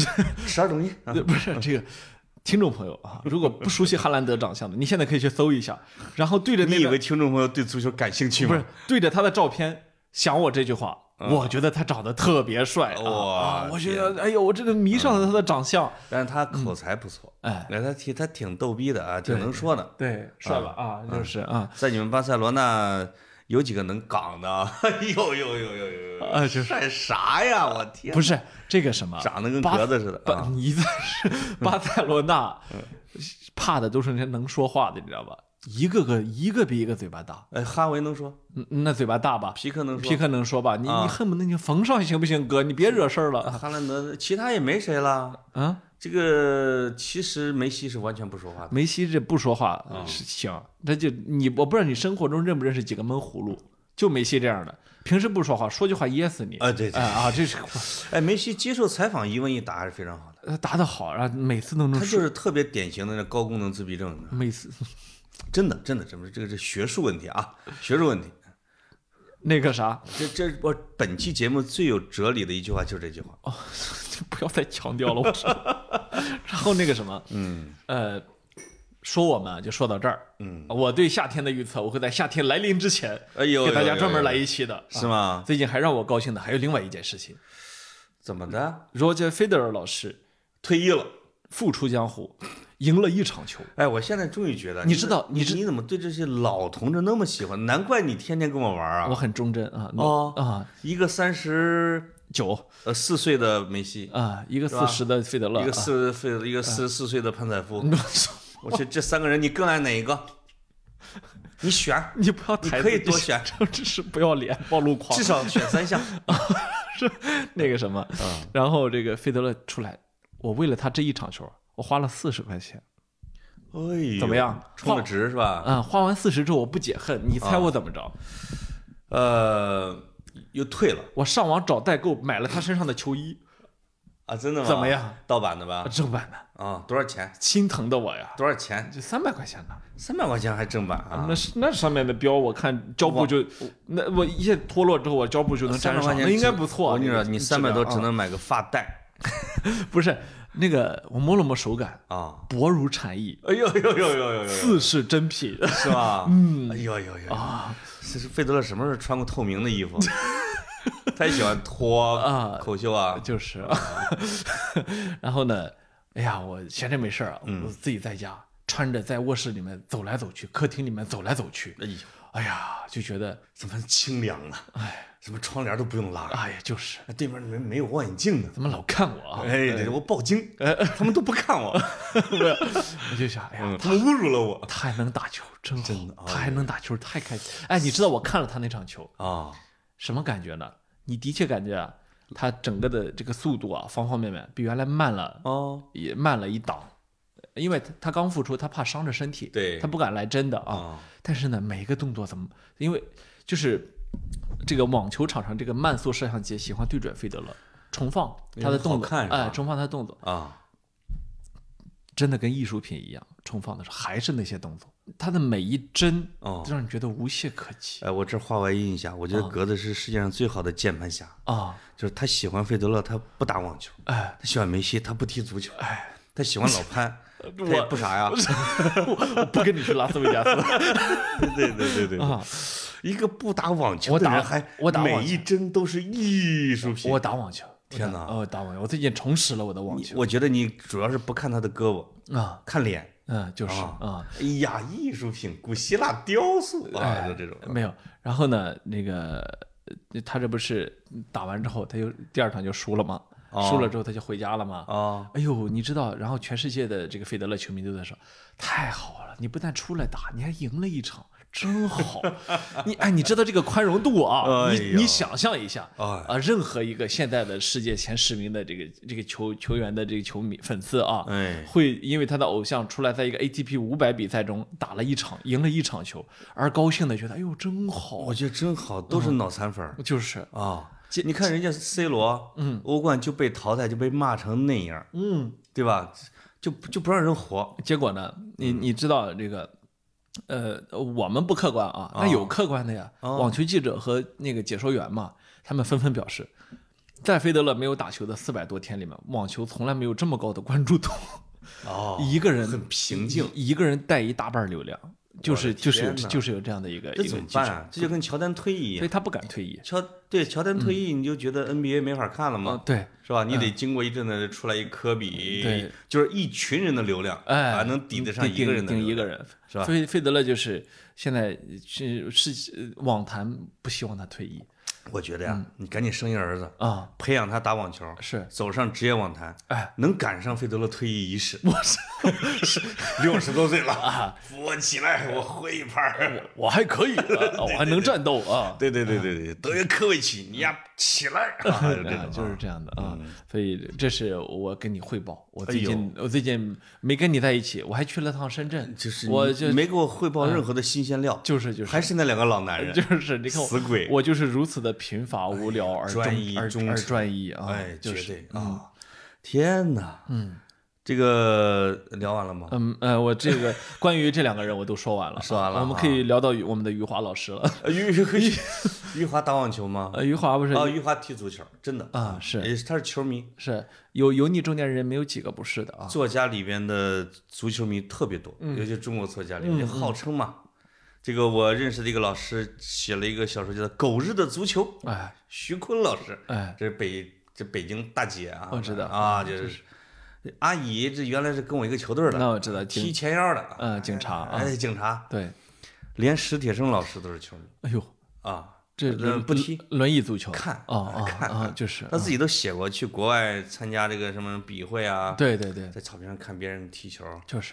S2: ，12.1
S1: 不是这个听众朋友啊，如果不熟悉哈兰德长相的，你现在可以去搜一下，然后对着
S2: 你以为听众朋友对足球感兴趣吗？
S1: 不是，对着他的照片想我这句话。我觉得他长得特别帅我觉得我真的迷上了他的长相。
S2: 但是他口才不错，他挺逗逼的啊，挺能说的。
S1: 对，帅吧就是
S2: 在你们巴塞罗那有几个能港的？有，帅啥呀？我天！
S1: 不是这个什么，
S2: 长得跟格子似的。
S1: 你在巴塞罗那怕的都是那些能说话的，你知道吧？一个比一个嘴巴大。
S2: 哈维能说？
S1: 那嘴巴大吧？
S2: 皮克
S1: 能说吧？你恨不得你缝上行不行，哥？你别惹事儿了。
S2: 哈兰德，其他也没谁了。这个其实梅西是完全不说话的。
S1: 梅西这不说话是行，那就我不知道你生活中认不认识几个闷葫芦，就梅西这样的，平时不说话，说句话噎死你。
S2: 对，
S1: 这是。
S2: 梅西接受采访一问一答还是非常好的。
S1: 答得好，然后每次都能。
S2: 他就是特别典型的那高功能自闭症。
S1: 每次。
S2: 真的，这个是学术问题啊，学术问题。
S1: 那个啥，
S2: 我本期节目最有哲理的一句话就是这句话。
S1: 不要再强调了，我说。然后那个什么，说我们就说到这儿。我对夏天的预测，我会在夏天来临之前，给大家专门来一期的，
S2: 是吗？
S1: 最近还让我高兴的还有另外一件事情。
S2: 怎么的？
S1: 罗杰·费德勒老师
S2: 退役了，
S1: 复出江湖。赢了一场球。
S2: 我现在终于觉得，
S1: 你知道你
S2: 怎么对这些老同志那么喜欢？难怪你天天跟我玩啊！
S1: 我很忠贞啊！
S2: 一个39、4岁的梅西
S1: 一个40的费德勒，
S2: 一个44岁的潘采夫。我去，这3个人你更爱哪一个？你选，
S1: 你不要抬，
S2: 可以多选，
S1: 这是不要脸，暴露狂，
S2: 至少选3项。
S1: 是那个什么，然后这个费德勒出来，我为了他这一场球。我花了40块钱，怎么样？
S2: 充的值是吧？
S1: 花完40之后我不解恨，你猜我怎么着？
S2: 又退了。
S1: 我上网找代购买了他身上的球衣。
S2: 啊，真的吗？
S1: 怎么样？
S2: 盗版的吧？
S1: 正版的
S2: 啊，多少钱？
S1: 心疼的我呀，
S2: 多少钱？
S1: 就300块钱呢。
S2: 300块钱还正版啊？
S1: 那上面的标，我看胶布就那我一脱落之后，我胶布就能粘上，那应该不错。
S2: 我跟你说，你300多只能买个发带。
S1: 不是那个，我摸了摸手感
S2: 啊，
S1: 薄如蝉翼。
S2: 哎呦呦呦呦呦呦，
S1: 似是真品，
S2: 是吧？哎呦呦呦
S1: 啊！
S2: 这是费德勒什么时候穿过透明的衣服？太喜欢脱口秀啊，
S1: 就是。然后呢，哎呀，我闲着没事啊，我自己在家穿着在卧室里面走来走去，客厅里面走来走去。哎呀，就觉得
S2: 怎么清凉啊！哎，什么窗帘都不用拉。
S1: 哎呀，就是
S2: 对面没有望远镜呢，
S1: 怎么老看我啊？
S2: 哎，我报警，他们都不看我。
S1: 我就想，哎呀，
S2: 他们侮辱了我。
S1: 他还能打球，真好。他还能打球，太开心。哎，你知道我看了他那场球
S2: 啊，
S1: 什么感觉呢？你的确感觉啊，他整个的这个速度啊，方方面面比原来慢了也慢了一档。因为他刚复出，他怕伤着身体，
S2: 对，
S1: 他不敢来真的啊。但是呢，每一个动作怎么，因为就是这个网球场上这个慢速摄像机喜欢对准费德勒，重放他的动作，哎，重放他的动作
S2: 啊，
S1: 真的跟艺术品一样。重放的时候还是那些动作，他的每一帧都让你觉得无懈可击。
S2: 哎，我这话外音一下，我觉得格子是世界上最好的键盘侠啊，就是他喜欢费德勒，他不打网球，哎，他喜欢梅西，他不踢足球，哎，他喜欢老潘。他也不傻呀，
S1: 我不跟你去拉斯维加斯。
S2: 对啊！一个不打网球的人
S1: 我打
S2: 每一帧都是艺术品。
S1: 我打网球，
S2: 天哪！
S1: 打网球，我最近重拾了我的网球。
S2: 我觉得你主要是不看他的胳膊啊，看脸。
S1: 就是啊。
S2: 哎呀，艺术品，古希腊雕塑啊，就这种。
S1: 没有，然后呢，那个他这不是打完之后，他又第2场就输了吗？输了之后他就回家了嘛。哎呦，你知道，然后全世界的这个费德勒球迷都在说，太好了，你不但出来打，你还赢了一场，真好。你知道这个宽容度啊？你想象一下任何一个现在的世界前10名的这个球员的这个球迷粉丝啊，会因为他的偶像出来在一个 ATP 500比赛中打了一场，赢了一场球，而高兴的觉得，哎呦，真好。
S2: 我觉得真好，都是脑残粉。
S1: 就是
S2: 啊。你看人家 C 罗，欧冠就被淘汰，就被骂成那样，对吧？就不让人活。
S1: 结果呢，你知道这个，我们不客观啊，那有客观的呀。网球记者和那个解说员嘛，他们纷纷表示，在费德勒没有打球的400多天里面，网球从来没有这么高的关注度。一个人
S2: 很平静，
S1: 一个人带一大半流量。就是有这样的一个，
S2: 这怎么办啊？这就跟乔丹退役一样，
S1: 所以他不敢退役。
S2: 乔丹退役，你就觉得 NBA 没法看了吗？
S1: 对，
S2: 是吧？你得经过一阵子出来一科比，对，就是一群人的流量，能抵得上一个人的
S1: 顶一个人，是吧？所以费德勒就是现在是网坛不希望他退役。
S2: 我觉得呀，你赶紧生一儿子啊，培养他打网球，
S1: 是
S2: 走上职业网坛，
S1: 哎，
S2: 能赶上费德勒退役仪式。
S1: 我是
S2: 60多岁了啊，扶我起来，我喝一盘，
S1: 我还可以，我还能战斗啊！
S2: 对，德约科维奇，你呀起来啊！
S1: 就是这样的啊，所以这是我跟你汇报，我最近没跟你在一起，我还去了趟深圳，我就
S2: 没给我汇报任何的新鲜料，
S1: 就是
S2: 还是那2个老男人，
S1: 就是你看
S2: 死鬼，
S1: 我就是如此的贫乏无聊而
S2: 专一
S1: 啊！
S2: 哎，绝对啊！天哪，这个聊完了吗？
S1: 我这个关于这2个人我都说完了，我们可以聊到我们的余华老师了。
S2: 余华打网球吗？
S1: 余华不是
S2: 余华踢足球，真的
S1: 啊，是
S2: 他是球迷，
S1: 是有你中年人没有几个不是的啊。
S2: 作家里边的足球迷特别多，尤其中国作家里面号称嘛。这个我认识的一个老师写了一个小说叫做《狗日的足球》，
S1: 哎，
S2: 徐坤老师，
S1: 哎，
S2: 这北京大姐啊，
S1: 我知道
S2: 啊，就是阿姨，这原来是跟我一个球队的，
S1: 那我知道，
S2: 踢前腰的，
S1: 警察，
S2: 哎，警察，
S1: 对，
S2: 连史铁生老师都是球迷，
S1: 哎呦
S2: 啊，
S1: 这
S2: 不踢
S1: 轮椅足球，
S2: 看
S1: 就是
S2: 他自己都写过去国外参加这个什么比会啊，
S1: 对，
S2: 在草坪上看别人踢球，
S1: 就是。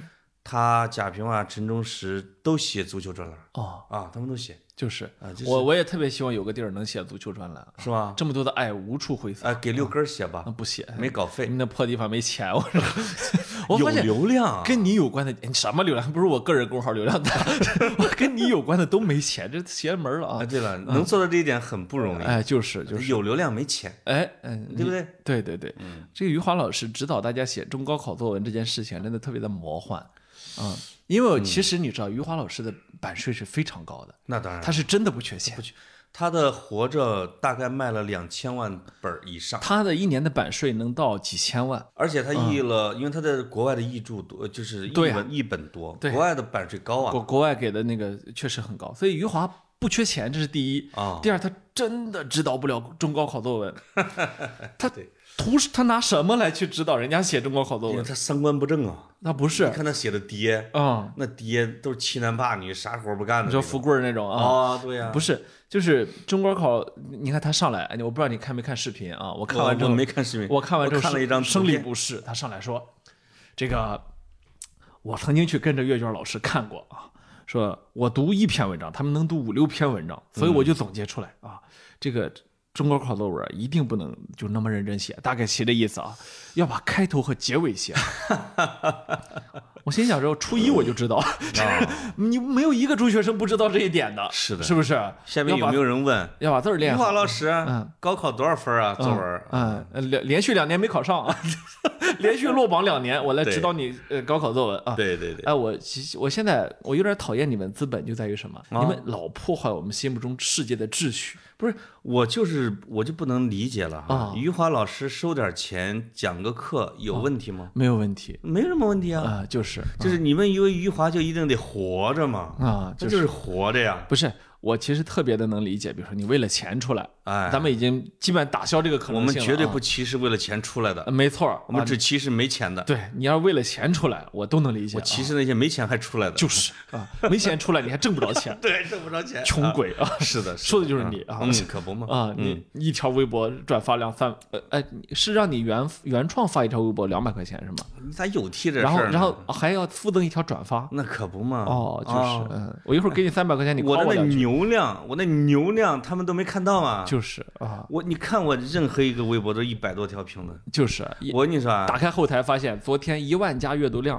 S2: 他贾平凹、陈忠实都写足球专栏他们都写。
S1: 就是我也特别希望有个地儿能写足球专栏，
S2: 是吧？
S1: 这么多的爱无处挥洒，
S2: 给六根写吧，
S1: 不写，
S2: 没稿费，
S1: 那破地方没钱，我发现
S2: 有流量，
S1: 跟你有关的什么流量？不是我个人公号流量大，跟你有关的都没钱，这邪门了啊！
S2: 对了，能做到这一点很不容易，
S1: 就是
S2: 有流量没钱，对不对？
S1: 对，这个余华老师指导大家写中高考作文这件事情，真的特别的魔幻。因为其实你知道，余华老师的版税是非常高的，
S2: 那当然，
S1: 他是真的不缺钱。
S2: 他的《活着》大概卖了2000万本以上，
S1: 他的一年的版税能到几千万，
S2: 而且他译了，因为他的国外的译著多，就是译本多，国外的版税高啊，
S1: 国外给的那个确实很高，所以余华不缺钱，这是第一。第二，他真的指导不了中高考作文，他拿什么来去指导人家写中高考作文？
S2: 他三观不正啊！
S1: 那不是，
S2: 你看他写的爹那爹都是欺男霸女，啥活不干的，
S1: 你说富贵那种
S2: 对呀，
S1: 不是，就是中高考，你看他上来，我不知道你看没看视频啊？我看完之后
S2: 没看视频，
S1: 我看完之后
S2: 看了一张
S1: 生理不适，他上来说，这个我曾经去跟着阅卷老师看过说我读一篇文章，他们能读5、6篇文章，所以我就总结出来这个中高考作文一定不能就那么认真写，大概其这意思要把开头和结尾写。我心想说，初一我就知道，你没有一个中学生不知道这一点的，
S2: 是的，
S1: 是不是？
S2: 下面有没有人问
S1: 要把字儿练好？
S2: 余华老师，高考多少分啊？作
S1: 文？连续2年没考上，连续落榜2年，我来指导你高考作文啊。
S2: 对。
S1: 我现在我有点讨厌你们资本，就在于什么？你们老破坏我们心目中世界的秩序。
S2: 不是，我就不能理解了余华老师收点钱讲个课有问题吗？
S1: 没有问题，
S2: 没什么问题啊。
S1: 就是
S2: 你们以为余华就一定得活着吗？就是活着呀。
S1: 不是，我其实特别的能理解，比如说你为了钱出来，咱们已经基本打消这个可能性了。
S2: 我们绝对不歧视为了钱出来的，
S1: 没错，
S2: 我们只歧视没钱的。
S1: 对，你要是为了钱出来，我都能理解。
S2: 我歧视那些没钱还出来的，
S1: 就是没钱出来你还挣不着钱，
S2: 对，挣不着钱，
S1: 穷鬼啊！
S2: 是的，
S1: 说的就是你
S2: 可不嘛
S1: 你一条微博转发2-3，是让你原创发一条微博200块钱是吗？
S2: 你咋有替这事儿？
S1: 然后还要附赠一条转发，
S2: 那可不嘛。
S1: 就是我一会儿给你300块钱，你夸
S2: 我
S1: 2句。
S2: 我那流量他们都没看到吗？
S1: 就是
S2: 你看我任何一个微博都100多条评论，
S1: 就是
S2: 我跟你说
S1: 打开后台发现昨天1万加阅读量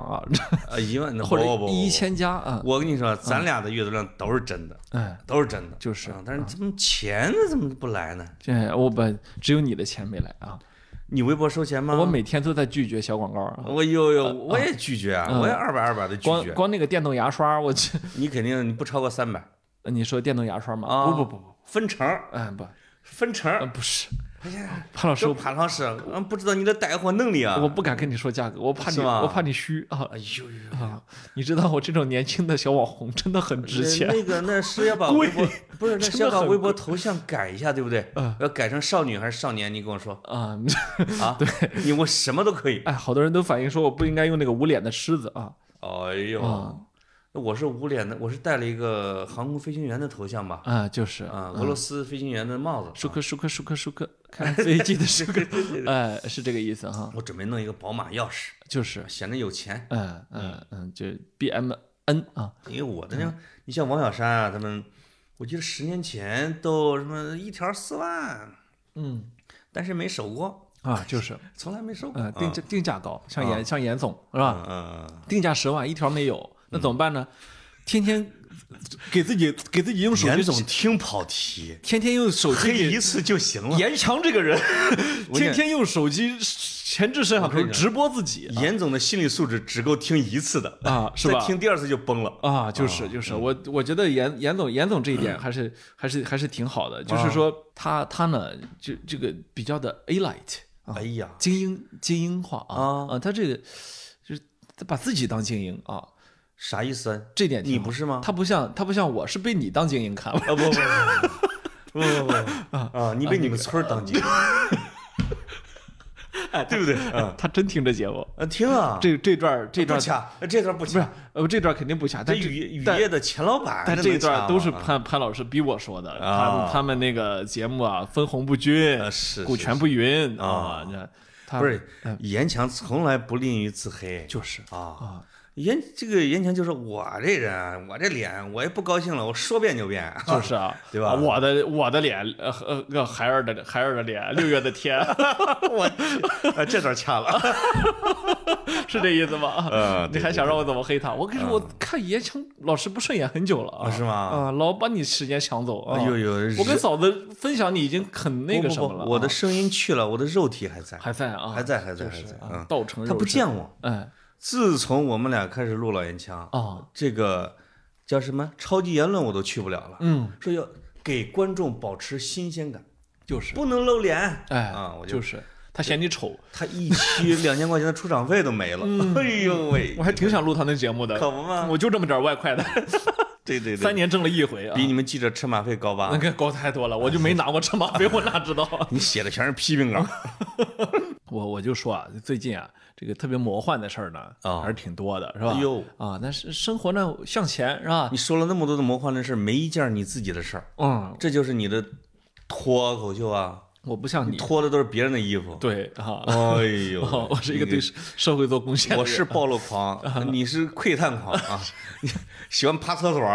S2: 1万
S1: 或者1000加
S2: 我跟你说，咱俩的阅读量都是真的，都是真的，
S1: 就是
S2: 但是怎么钱怎么不来呢？
S1: 只有你的钱没来
S2: 你微博收钱吗？
S1: 我每天都在拒绝小广告
S2: 我也拒绝我也200的拒绝。
S1: 光那个电动牙刷，
S2: 你肯定你不超过300。
S1: 你说电动牙刷吗？不，
S2: 分成。
S1: 不，
S2: 分成
S1: 不是。
S2: 潘老师，不知道你的带货能力啊！
S1: 我不敢跟你说价格，我怕你虚哎呦你知道我这种年轻的小网红真的很值钱。
S2: 那是要把微博不是，那是要把微博头像改一下，对不对？要改成少女还是少年？你跟我说对，我什么都可以。
S1: 好多人都反映说我不应该用那个捂脸的狮子
S2: 哎呦。我是捂脸的，我是戴了一个航空飞行员的头像吧？
S1: 就是
S2: 俄罗斯飞行员的帽子。
S1: 舒克，看飞机的舒克，是这个意思
S2: 我准备弄一个宝马钥匙，
S1: 就是
S2: 显得有钱。
S1: 就 BMN
S2: 因为我的你像王小山他们，我记得10年前都什么一条4万，但是没收过
S1: 就是
S2: 从来没收过。
S1: 定价高，像严总是吧？定价10万一条没有。那怎么办呢？天天给自己用手机。
S2: 严总听跑题，
S1: 天天用手机
S2: 黑一次就行了。
S1: 严强这个人，天天用手机前置摄像头直播自己。
S2: 严总的心理素质只够听1次的
S1: 是吧？
S2: 再听第2次就崩了
S1: 就是，我觉得严总这一点还是挺好的，就是说他呢就这个比较的 A-light 精英化他这个就是他把自己当精英
S2: 啥意思？
S1: 这点
S2: 你不是吗？
S1: 他不像我是被你当精英看
S2: 不你被你们村当精英对不对？
S1: 他真听这节目
S2: 听
S1: 这段
S2: 不掐，这段不掐，
S1: 不是这段肯定不掐。
S2: 这雨夜的钱老板，
S1: 但这段都是潘老师逼我说的。他们那个节目分红不均，股权不匀不是
S2: 严强从来不吝于自黑，
S1: 就是
S2: 这个严强就说：“我这人，我这脸，我也不高兴了，我说变就变。”
S1: 就是啊，
S2: 对吧？
S1: 我的脸，孩儿的脸，6月的天，
S2: 我这段掐了，
S1: 是这意思吗？你还想让我怎么黑他？我跟你说，我看严强老师不顺眼很久了啊，
S2: 是吗？
S1: 啊，老把你时间抢走啊！
S2: 有，
S1: 我跟嫂子分享你已经很那个什么了。
S2: 我的声音去了，我的肉体还在，
S1: 还在啊，
S2: 还在，
S1: 道成肉身。
S2: 他不见我，
S1: 哎。
S2: 自从我们俩开始录老烟枪这个叫什么超级言论我都去不了了。说要给观众保持新鲜感，
S1: 就是
S2: 不能露脸。我
S1: 就是他嫌你丑，
S2: 他一期2000块钱的出场费都没了。哎呦喂，
S1: 我还挺想录他那节目的，
S2: 可不嘛，
S1: 我就这么点外快的。
S2: 对
S1: 3年挣了1回啊，
S2: 比你们记者车马费高吧？
S1: 那个高太多了，我就没拿过车马费，我哪知道？
S2: 你写的全是批评稿。
S1: 我就说啊，最近啊，这个特别魔幻的事儿呢，还是挺多的，是吧？但是生活呢向前，是吧？
S2: 你说了那么多的魔幻的事，没一件你自己的事儿。这就是你的脱口秀啊。
S1: 我不像你
S2: 脱的都是别人的衣服。
S1: 对啊，
S2: 哎呦，
S1: 我是一个对社会做贡献的人。
S2: 我是暴露狂，你是窥探狂啊！你喜欢爬厕所，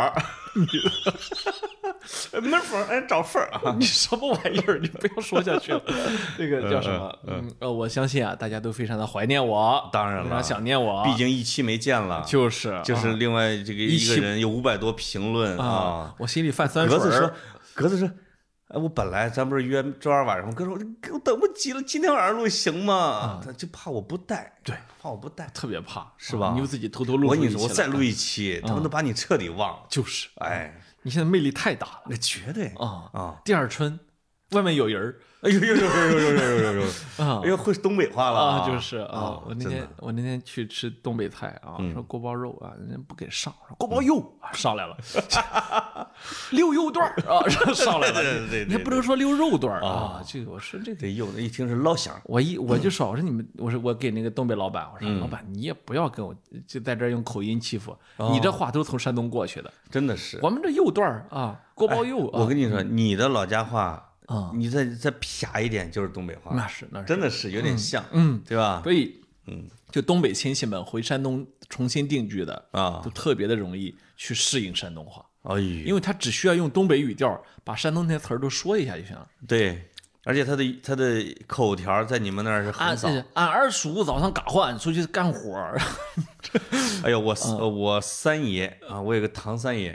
S2: 没缝找缝啊！
S1: 你什么玩意儿？你不要说下去了。这个叫什么？我相信啊，大家都非常的怀念我，
S2: 当然了，
S1: 非常想念我。
S2: 毕竟1期没见了，
S1: 就是
S2: 另外这个一个人有500多评论啊，
S1: 我心里泛酸水。
S2: 格子说。我本来咱不是约周2晚上吗？哥说我等不及了，今天晚上录行吗？他就怕我不带，
S1: 对，
S2: 怕我不带，
S1: 特别怕，
S2: 是吧？
S1: 你又自己偷偷录。
S2: 我跟你说，我再录1期，他们都把你彻底忘了。
S1: 就是，
S2: 哎，
S1: 你现在魅力太大了，
S2: 那绝对
S1: 第二春，外面有人儿。
S2: 哎呦，哎呦，会东北话了
S1: 啊！就是啊，我那天去吃东北菜啊，说锅包肉啊，人家不给上，说锅包肉上来了，溜肉段啊上来了，你还不能说溜肉段啊，这个我说这个
S2: 肉一听是老乡，
S1: 我就说我说你们，我给那个东北老板，我说老板你也不要跟我就在这用口音欺负，你这话都从山东过去的，
S2: 真的是
S1: 我们这肉段啊，锅包肉，
S2: 我跟你说，你的老家话。你再撇一点就是东北话，
S1: 那是
S2: 真的是有点像，对吧？
S1: 所以，就东北亲戚们回山东重新定居的都特别的容易去适应山东话，因为他只需要用东北语调把山东那词儿都说一下就行了。
S2: 对，而且他的口条在你们那儿是很少。
S1: 俺二叔早上嘎换出去干活
S2: 哎呦，我三爷啊，我有个堂三爷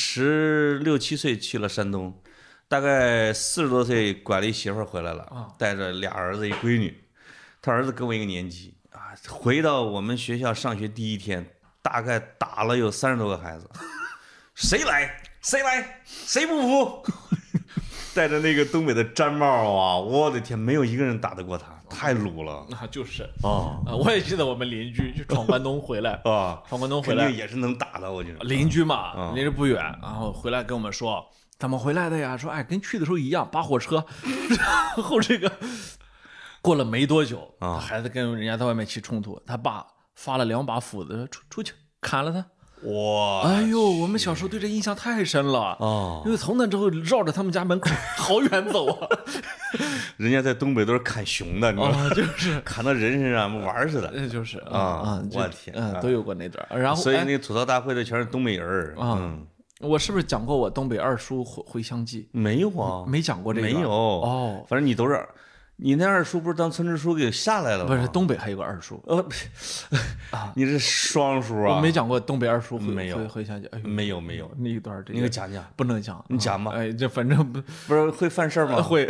S2: ，16、17岁去了山东。大概40多岁拐了一媳妇回来了，带着俩儿子一闺女，他儿子跟我一个年级啊。回到我们学校上学第1天，大概打了有30多个孩子，谁来谁不服，戴着那个东北的毡帽啊，我的天，没有一个人打得过他，太鲁了。
S1: 那就是我也记得我们邻居就闯关东回来闯关东回来
S2: 肯定也是能打的，我觉得
S1: 邻居嘛，离着不远，然后回来跟我们说。怎么回来的呀？说哎，跟去的时候一样，扒火车。然后这个过了没多久孩子跟人家在外面起冲突，他爸发了2把斧子，出去砍了他。
S2: 哇！
S1: 哎呦，我们小时候对这印象太深了因为从那之后绕着他们家门口好远走啊。
S2: 人家在东北都是砍熊的，你知道吗？
S1: 就是
S2: 砍到人身上玩似的。
S1: 就是
S2: 我天，
S1: 都有过那段。然后
S2: 所以那吐槽大会的全是东北人
S1: 我是不是讲过我东北二叔回乡记？
S2: 没有啊，
S1: 没讲过这个。
S2: 没有反正你都是，你那二叔不是当村支书给下来了吗？
S1: 不是，东北还有个二叔。
S2: 你是双叔啊？
S1: 我没讲过东北二叔
S2: 没有
S1: 回乡记。
S2: 没有
S1: 那一段
S2: 你给讲讲。
S1: 不能讲，
S2: 你讲吧。
S1: 哎，这反正
S2: 不是会犯事儿吗？
S1: 会。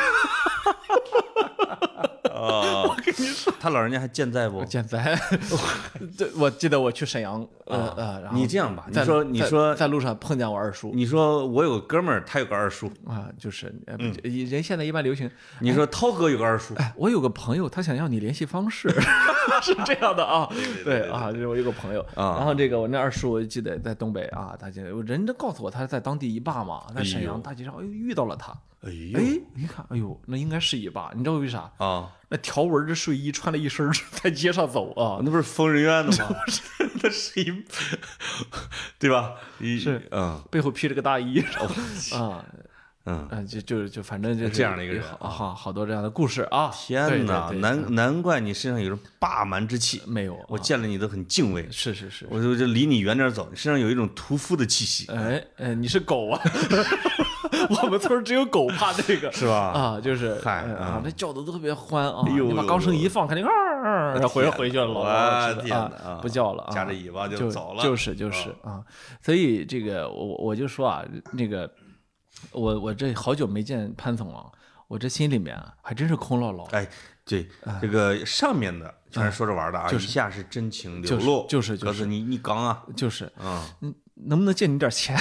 S2: 我跟你说，他老人家还健在不？
S1: 健在。我记得我去沈阳，
S2: 你这样吧，你说
S1: 在路上碰见我二叔，
S2: 你说我有个哥们儿，他有个二叔
S1: 就是人现在一般流行，
S2: 你说涛哥有个二叔，
S1: 我有个朋友，他想要你联系方式，是这样的啊，对啊，就是我有个朋友，然后这个我那二叔我记得在东北啊，他人家告诉我他在当地一霸嘛，在沈阳大街上遇到了他。一看，哎呦，那应该是一把，你知道为啥那条纹的睡衣穿了一身，在街上走啊，
S2: 那不是疯人院的吗？那是一，对吧？
S1: 是背后披着个大衣就反正就是
S2: 这样的一个人
S1: 好多这样的故事啊！
S2: 天哪，难怪你身上有着霸蛮之气。
S1: 没有，
S2: 我见了你都很敬畏。
S1: 是，
S2: 我就离你远点走，你身上有一种屠夫的气息。
S1: 你是狗啊！我们村只有狗怕这个，
S2: 是吧？
S1: 啊，就是那叫的都特别欢啊！你把钢绳一放，肯定回去了，
S2: 我天哪，
S1: 不叫了，
S2: 夹着尾巴就走了。
S1: 就是啊，所以这个我就说啊，那个我这好久没见潘总了，我这心里面还真是空落落。
S2: 对，这个上面的全是说着玩的啊，以下是真情流露。
S1: 就是
S2: 哥子你刚啊，
S1: 就是能不能借你点钱？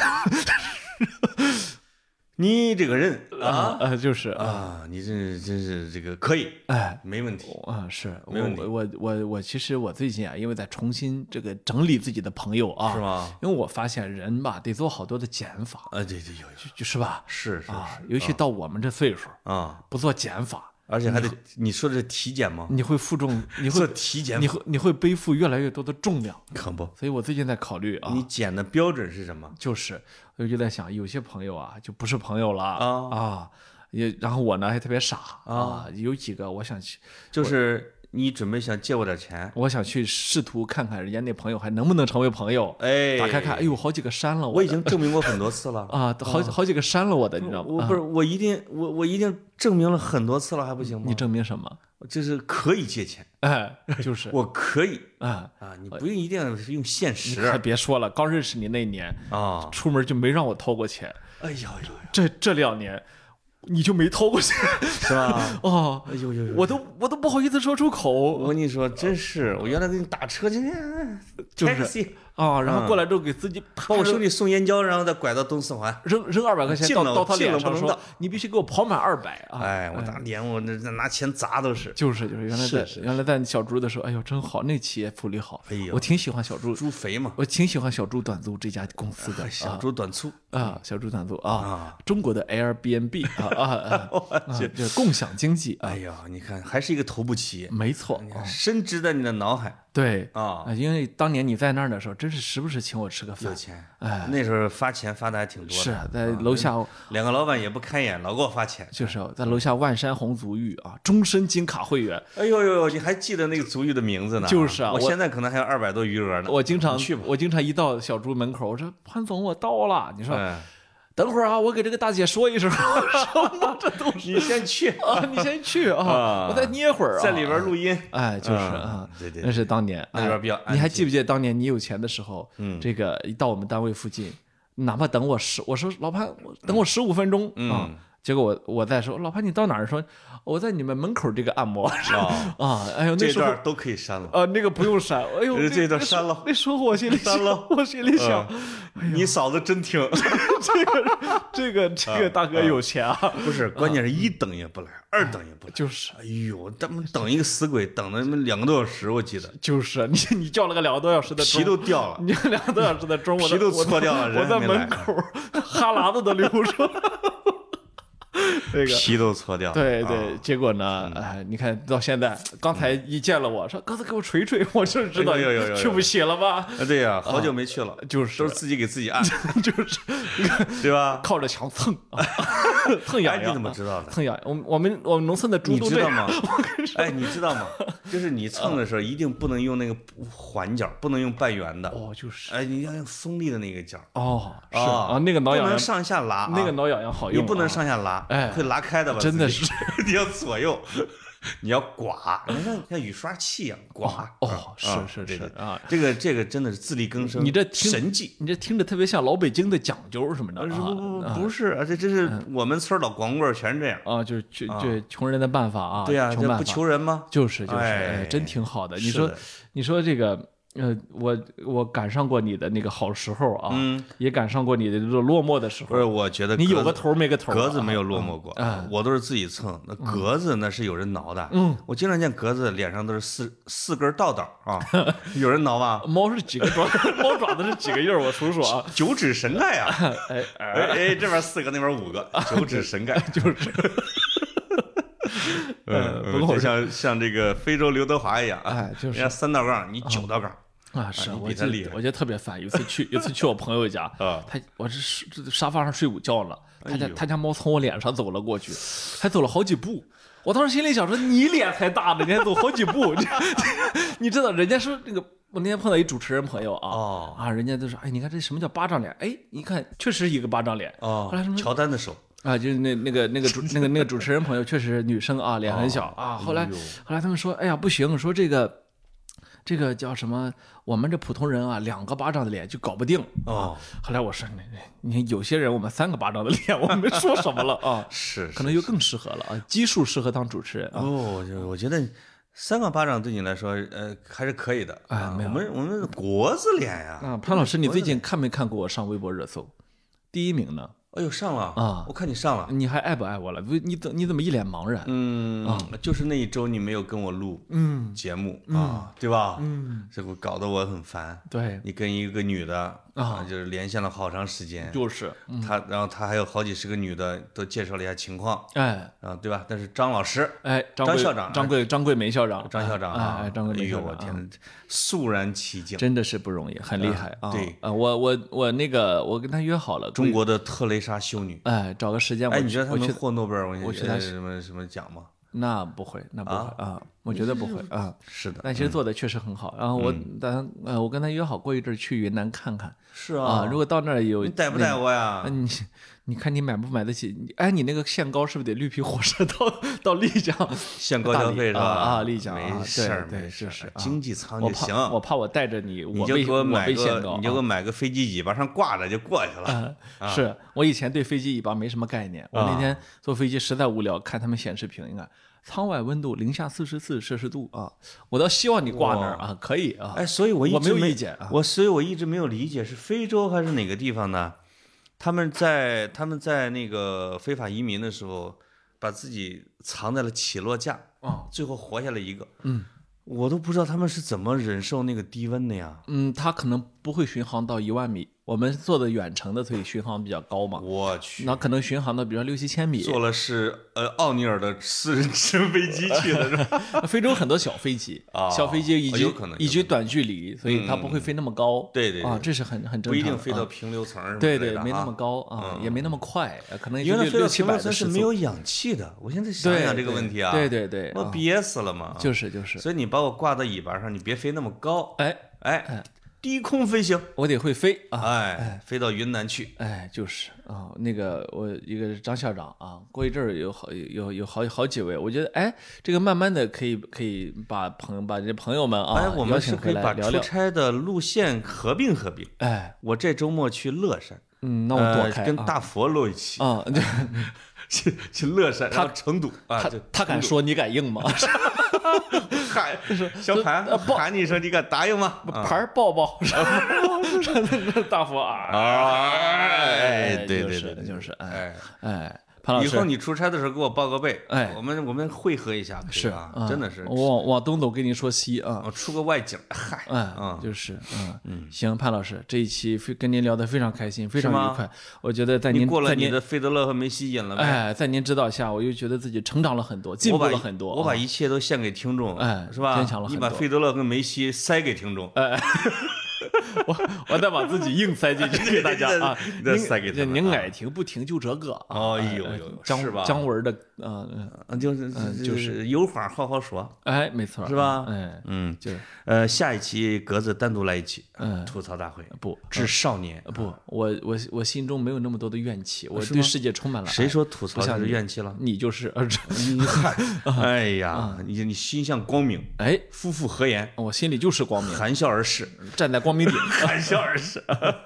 S2: 你这个人
S1: 就是
S2: 你真是这个可以，没问题
S1: 是
S2: 没问题。
S1: 我其实我最近因为在重新这个整理自己的朋友啊，
S2: 是吗？
S1: 因为我发现人吧得做好多的减法
S2: 对，
S1: 就是吧？
S2: 是
S1: 尤其到我们这岁数不做减法。
S2: 而且还得，你说的是体检吗？
S1: 你会负重，你会
S2: 做体检，
S1: 你会背负越来越多的重量，
S2: 可不？
S1: 所以我最近在考虑
S2: 你减的标准是什么？
S1: 就是我就在想，有些朋友就不是朋友了然后我呢还特别傻有几个我想去，
S2: 就是你准备想借我点钱，
S1: 我想去试图看看人家那朋友还能不能成为朋友。打开看，好几个删了
S2: 我已经证明过很多次了
S1: 好几个删了我的，你知道吗？
S2: 我一定证明了很多次了，还不行吗？
S1: 你证明什么？
S2: 就是可以借钱，
S1: 就是
S2: 我可以你不用一定要用现实。
S1: 还别说了，刚认识你那年出门就没让我掏过钱。这2年。你就没掏过钱
S2: 是吧？
S1: 我都不好意思说出口。
S2: 我跟你说，真是，我原来给你打车
S1: 就是然后过来之后给司机
S2: 帮我兄弟送烟胶，然后再拐到东四环，
S1: 扔200块钱到他脸上说，你必须给我跑满200
S2: 我打脸，我那拿钱砸都是。
S1: 就是原来在小猪的时候，哎呦真好，那企业福利好，我挺喜欢小猪。
S2: 猪肥嘛，
S1: 我挺喜欢小猪短租这家公司的。
S2: 小猪短租
S1: 小猪短租中国的 Airbnb 这共享经济。
S2: 哎呀，你看还是一个头部企业，
S1: 没错，
S2: 深植在你的脑海。
S1: 对因为当年你在那儿的时候，真是时不时请我吃个饭。
S2: 有钱，那时候发钱发的还挺多的。
S1: 是在楼下
S2: 2个老板也不开眼，老给我发钱。
S1: 就是在楼下万山红足浴终身金卡会员。
S2: 哎呦，你还记得那个足浴的名字呢？
S1: 就是
S2: 我现在可能还有200多余额呢。
S1: 我经常一到小猪门口，我说潘总我到了，你说。等会儿我给这个大姐说一声。什么这都是
S2: 你先去
S1: 你先去我再捏会儿
S2: 在里边录音。
S1: 就是
S2: 对，
S1: 那是当年
S2: 那边比较安静。
S1: 你还记不记得当年你有钱的时候，这个一到我们单位附近，哪怕等我说老潘，等我15分钟结果我再说老潘你到哪儿？说我在你们门口这个按摩哎呦，那
S2: 这段都可以删了
S1: 那个不用删。哎呦，
S2: 这段删了。
S1: 那时候我心里
S2: 删了，
S1: 我心里想，
S2: 你嫂子真听。
S1: 这个大哥有钱
S2: 不是，关键是1等也不来，2等也不来。
S1: 就是
S2: 哎呦，咱们等一个死鬼，等了2个多小时，我记得。
S1: 就是你叫了个2个多小时的钟，
S2: 皮都掉了。
S1: 你2个多小时的钟，
S2: 皮都搓掉了，
S1: 我在门口哈喇子都流出来。
S2: 皮都搓掉了。
S1: 对，结果呢？你看到现在，刚才一见了我说哥子给我捶捶，我就知道去不起了吧？
S2: 对呀，好久没去了，
S1: 就是
S2: 都是自己给自己按，
S1: 就是
S2: 对吧？
S1: 靠着墙蹭蹭痒痒。
S2: 你怎么知道的？
S1: 蹭痒，我们农村的猪都
S2: 知道吗？你知道吗？就是你蹭的时候一定不能用那个环角，不能用半圆的。
S1: 就是
S2: 你要用锋利的那个角。
S1: 是那个挠痒痒
S2: 不能上下拉，
S1: 那个挠痒痒好用，
S2: 你不能上下拉。会拉开的吧？
S1: 真的是，
S2: 你要左右，你要刮，像雨刷器一样刮。
S1: 是
S2: 这个真的是自力更生，
S1: 你这
S2: 神技，
S1: 你这听着特别像老北京的讲究什么的。
S2: 不是，而且这是我们村老光棍全这样
S1: 就是穷人的办法
S2: 对呀，这不求人吗？
S1: 就是真挺好的。你说这个。我赶上过你的那个好时候也赶上过你的落寞的时候。
S2: 不是，我觉得
S1: 你有个头没个头。
S2: 格子没有落寞过，我都是自己蹭。那格子那是有人挠的。我经常见格子脸上都是四根道道有人挠吗？
S1: 猫是几个爪？猫爪子是几个印？我数数
S2: 9指神盖啊！这边4个，那边5个，9指神盖
S1: 就是。
S2: 就像这个非洲刘德华一样
S1: 就是
S2: 人家3道杠，你9道杠。
S1: 啊，是
S2: 你
S1: 我
S2: 比他厉害
S1: 我觉得特别烦。有一次去我朋友家，
S2: 啊
S1: 我这沙发上睡午觉呢，他家猫从我脸上走了过去，还走了好几步。我当时心里想说，你脸才大呢，你还走好几步，你知道人家说那个。我那天碰到一主持人朋友啊，人家都说，哎，你看这什么叫巴掌脸？哎，你看确实一个巴掌脸。
S2: 哦，
S1: 后来什么
S2: 乔丹的手
S1: 啊，就是那个主持人朋友确实女生啊，脸很小啊。后来他们说，哎呀不行，说这个叫什么？我们这普通人啊，2个巴掌的脸就搞不定啊。后来我说，你有些人我们3个巴掌的脸，我们说什么了啊？
S2: 是
S1: 可能就更适合了啊，基数适合当主持人啊。
S2: 我觉得3个巴掌对你来说，还是可以的。
S1: 没有
S2: 我们国字脸呀。
S1: 啊，潘老师，你最近看没看过我上微博热搜第1名呢？
S2: 哎呦，上了
S1: 啊！
S2: 我看你上了，
S1: 你还爱不爱我了？你怎么一脸茫然？
S2: 就是那一周你没有跟我录节目啊，对吧？这不搞得我很烦。
S1: 对，
S2: 你跟一个女的就是连线了好长时间，
S1: 就是
S2: 然后他还有好几十个女的都介绍了一下情况，对吧？但是张老师，
S1: 张
S2: 校长，
S1: 张桂梅校长，
S2: 张校长啊，
S1: 张桂梅校长，
S2: 我天哪，肃然起敬，
S1: 真的是不容易，很厉害啊！
S2: 对
S1: 我跟他约好了，
S2: 中国的特蕾莎修女，
S1: 找个时间，
S2: 你觉得他能获诺贝尔
S1: 我去他
S2: 什么奖吗？
S1: 那不会啊，我觉得不会啊。
S2: 是的，
S1: 但其实做的确实很好。然后我跟他约好过一阵去云南看看。
S2: 是啊，
S1: 如果到那儿有，
S2: 你带不带我呀？
S1: 你看你买不买得起？哎，你那个限高是不是得绿皮火车到丽江？
S2: 限高消费是吧？
S1: 丽江
S2: 没事儿，
S1: 对，就是
S2: 经济舱就行。
S1: 我怕我带着你，
S2: 你就给我买
S1: 个
S2: 飞机尾巴上挂着就过去了。
S1: 是我以前对飞机尾巴没什么概念，我那天坐飞机实在无聊，看他们显示屏，你看舱外温度-44摄氏度啊，我倒希望你挂那儿啊，可以啊。
S2: 哎，所以我
S1: 没有意见啊。
S2: 所以我一直没有理解是非洲还是哪个地方呢？他们在那个非法移民的时候，把自己藏在了起落架最后活下来一个。我都不知道他们是怎么忍受那个低温的呀。
S1: 他可能不会巡航到1万米。我们做的远程的，所以巡航比较高嘛。
S2: 我去，
S1: 那可能巡航到比如6、7千米。
S2: 坐了是奥尼尔的私人直升飞机去的是吧？
S1: 非洲很多小飞机，小飞机以及短距离，所以它不会飞那么高。
S2: 对
S1: 这是很正常的。
S2: 不一定飞到平流层什么
S1: 对，没那么高啊，也没那么快，可能
S2: 原来飞到
S1: 平流
S2: 层是没有氧气的。我现在想想这个问题啊，
S1: 对，
S2: 我憋死了嘛。
S1: 就是，
S2: 所以你把我挂到尾巴上，你别飞那么高。哎。低空飞行，
S1: 我得会飞
S2: 啊！飞到云南去。
S1: 就是啊，那个我一个是张校长啊，过一阵儿有好几位，我觉得这个慢慢的可以把这朋友们啊，
S2: 我们是可以把出差的路线合并。我这周末去乐山，
S1: 那我躲开，
S2: 跟大佛搂一起
S1: 啊，
S2: 去乐山，然后成都啊，
S1: 他敢说你敢应吗？
S2: 喊小盘喊你一声，你敢答应吗？
S1: 盘抱，大佛
S2: 对，
S1: 就是潘老师，
S2: 以后你出差的时候给我报个备，我们会合一下，
S1: 是
S2: 啊，真的是，
S1: 往东走跟你说西啊，
S2: 我出个外景，
S1: 就是行，潘老师这一期跟您聊得非常开心，非常愉快，我觉得在您
S2: 过了你的费德勒和梅西瘾了呗，
S1: 在您指导下，我又觉得自己成长了很多，进步了很多，
S2: 我把一切都献给听众，是吧？
S1: 坚强了很多，
S2: 你把费德勒和梅西塞给听众，
S1: 我再把自己硬塞进去给大家啊！您爱听不听就这个。
S2: 哎呦，是吧？
S1: 姜文的
S2: 就是有话好好说。
S1: 没错，
S2: 是吧？
S1: 就是
S2: 下一期格子单独来一期，吐槽大会
S1: 不
S2: 致少年
S1: 不，我心中没有那么多的怨气，我对世界充满了爱。
S2: 谁说吐槽就是怨气了？
S1: 你就是
S2: 哎呀，你心向光明，夫妇和颜，
S1: 我心里就是光明，
S2: 含笑而视，
S1: 站在光明顶，
S2: 含笑而视。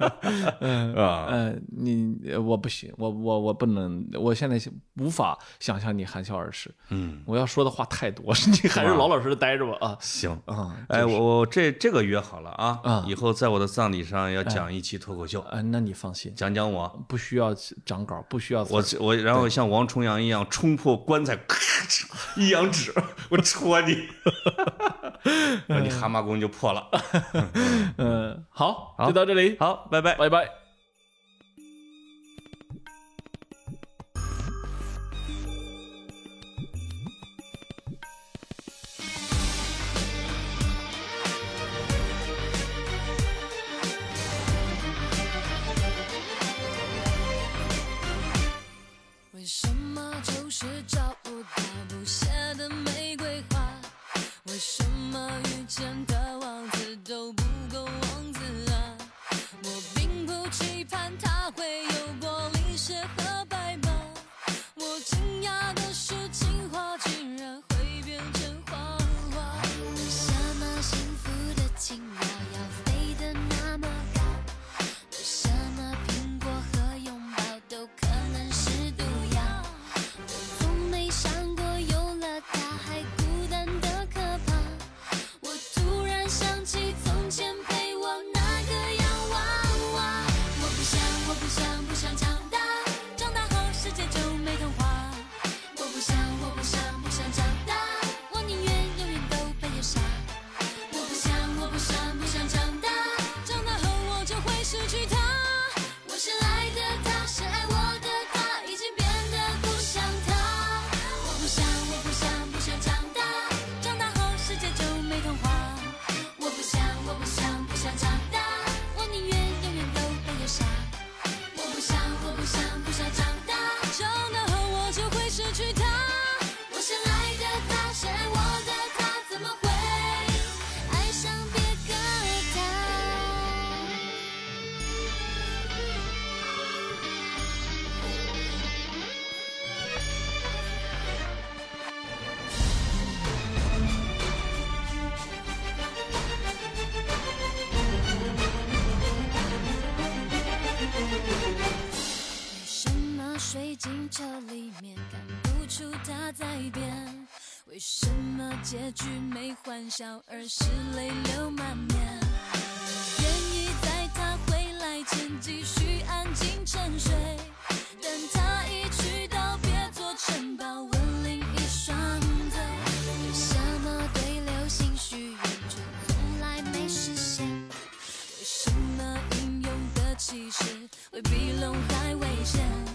S1: 我不行，我不能，我现在无法想象你含笑而视。我要说的话太多，你还是老老实实待着吧啊。
S2: 行我这个约好了啊，以后在我的葬礼上要讲一期脱口秀。
S1: 那你放心，
S2: 讲我，
S1: 不需要讲稿，不需要
S2: 我然后像王重阳一样冲破棺材，一扬指，我戳你，你蛤蟆功就破了。
S1: 好，就到这里，
S2: 好，拜拜，
S1: 拜拜。
S3: 为什么结局没欢笑，而是泪流满面？愿意在他回来前继续安静沉睡，等他一去到别座城堡吻另一双腿。为什么对流星许愿却从来没实现？为什么英勇的骑士会比龙还危险？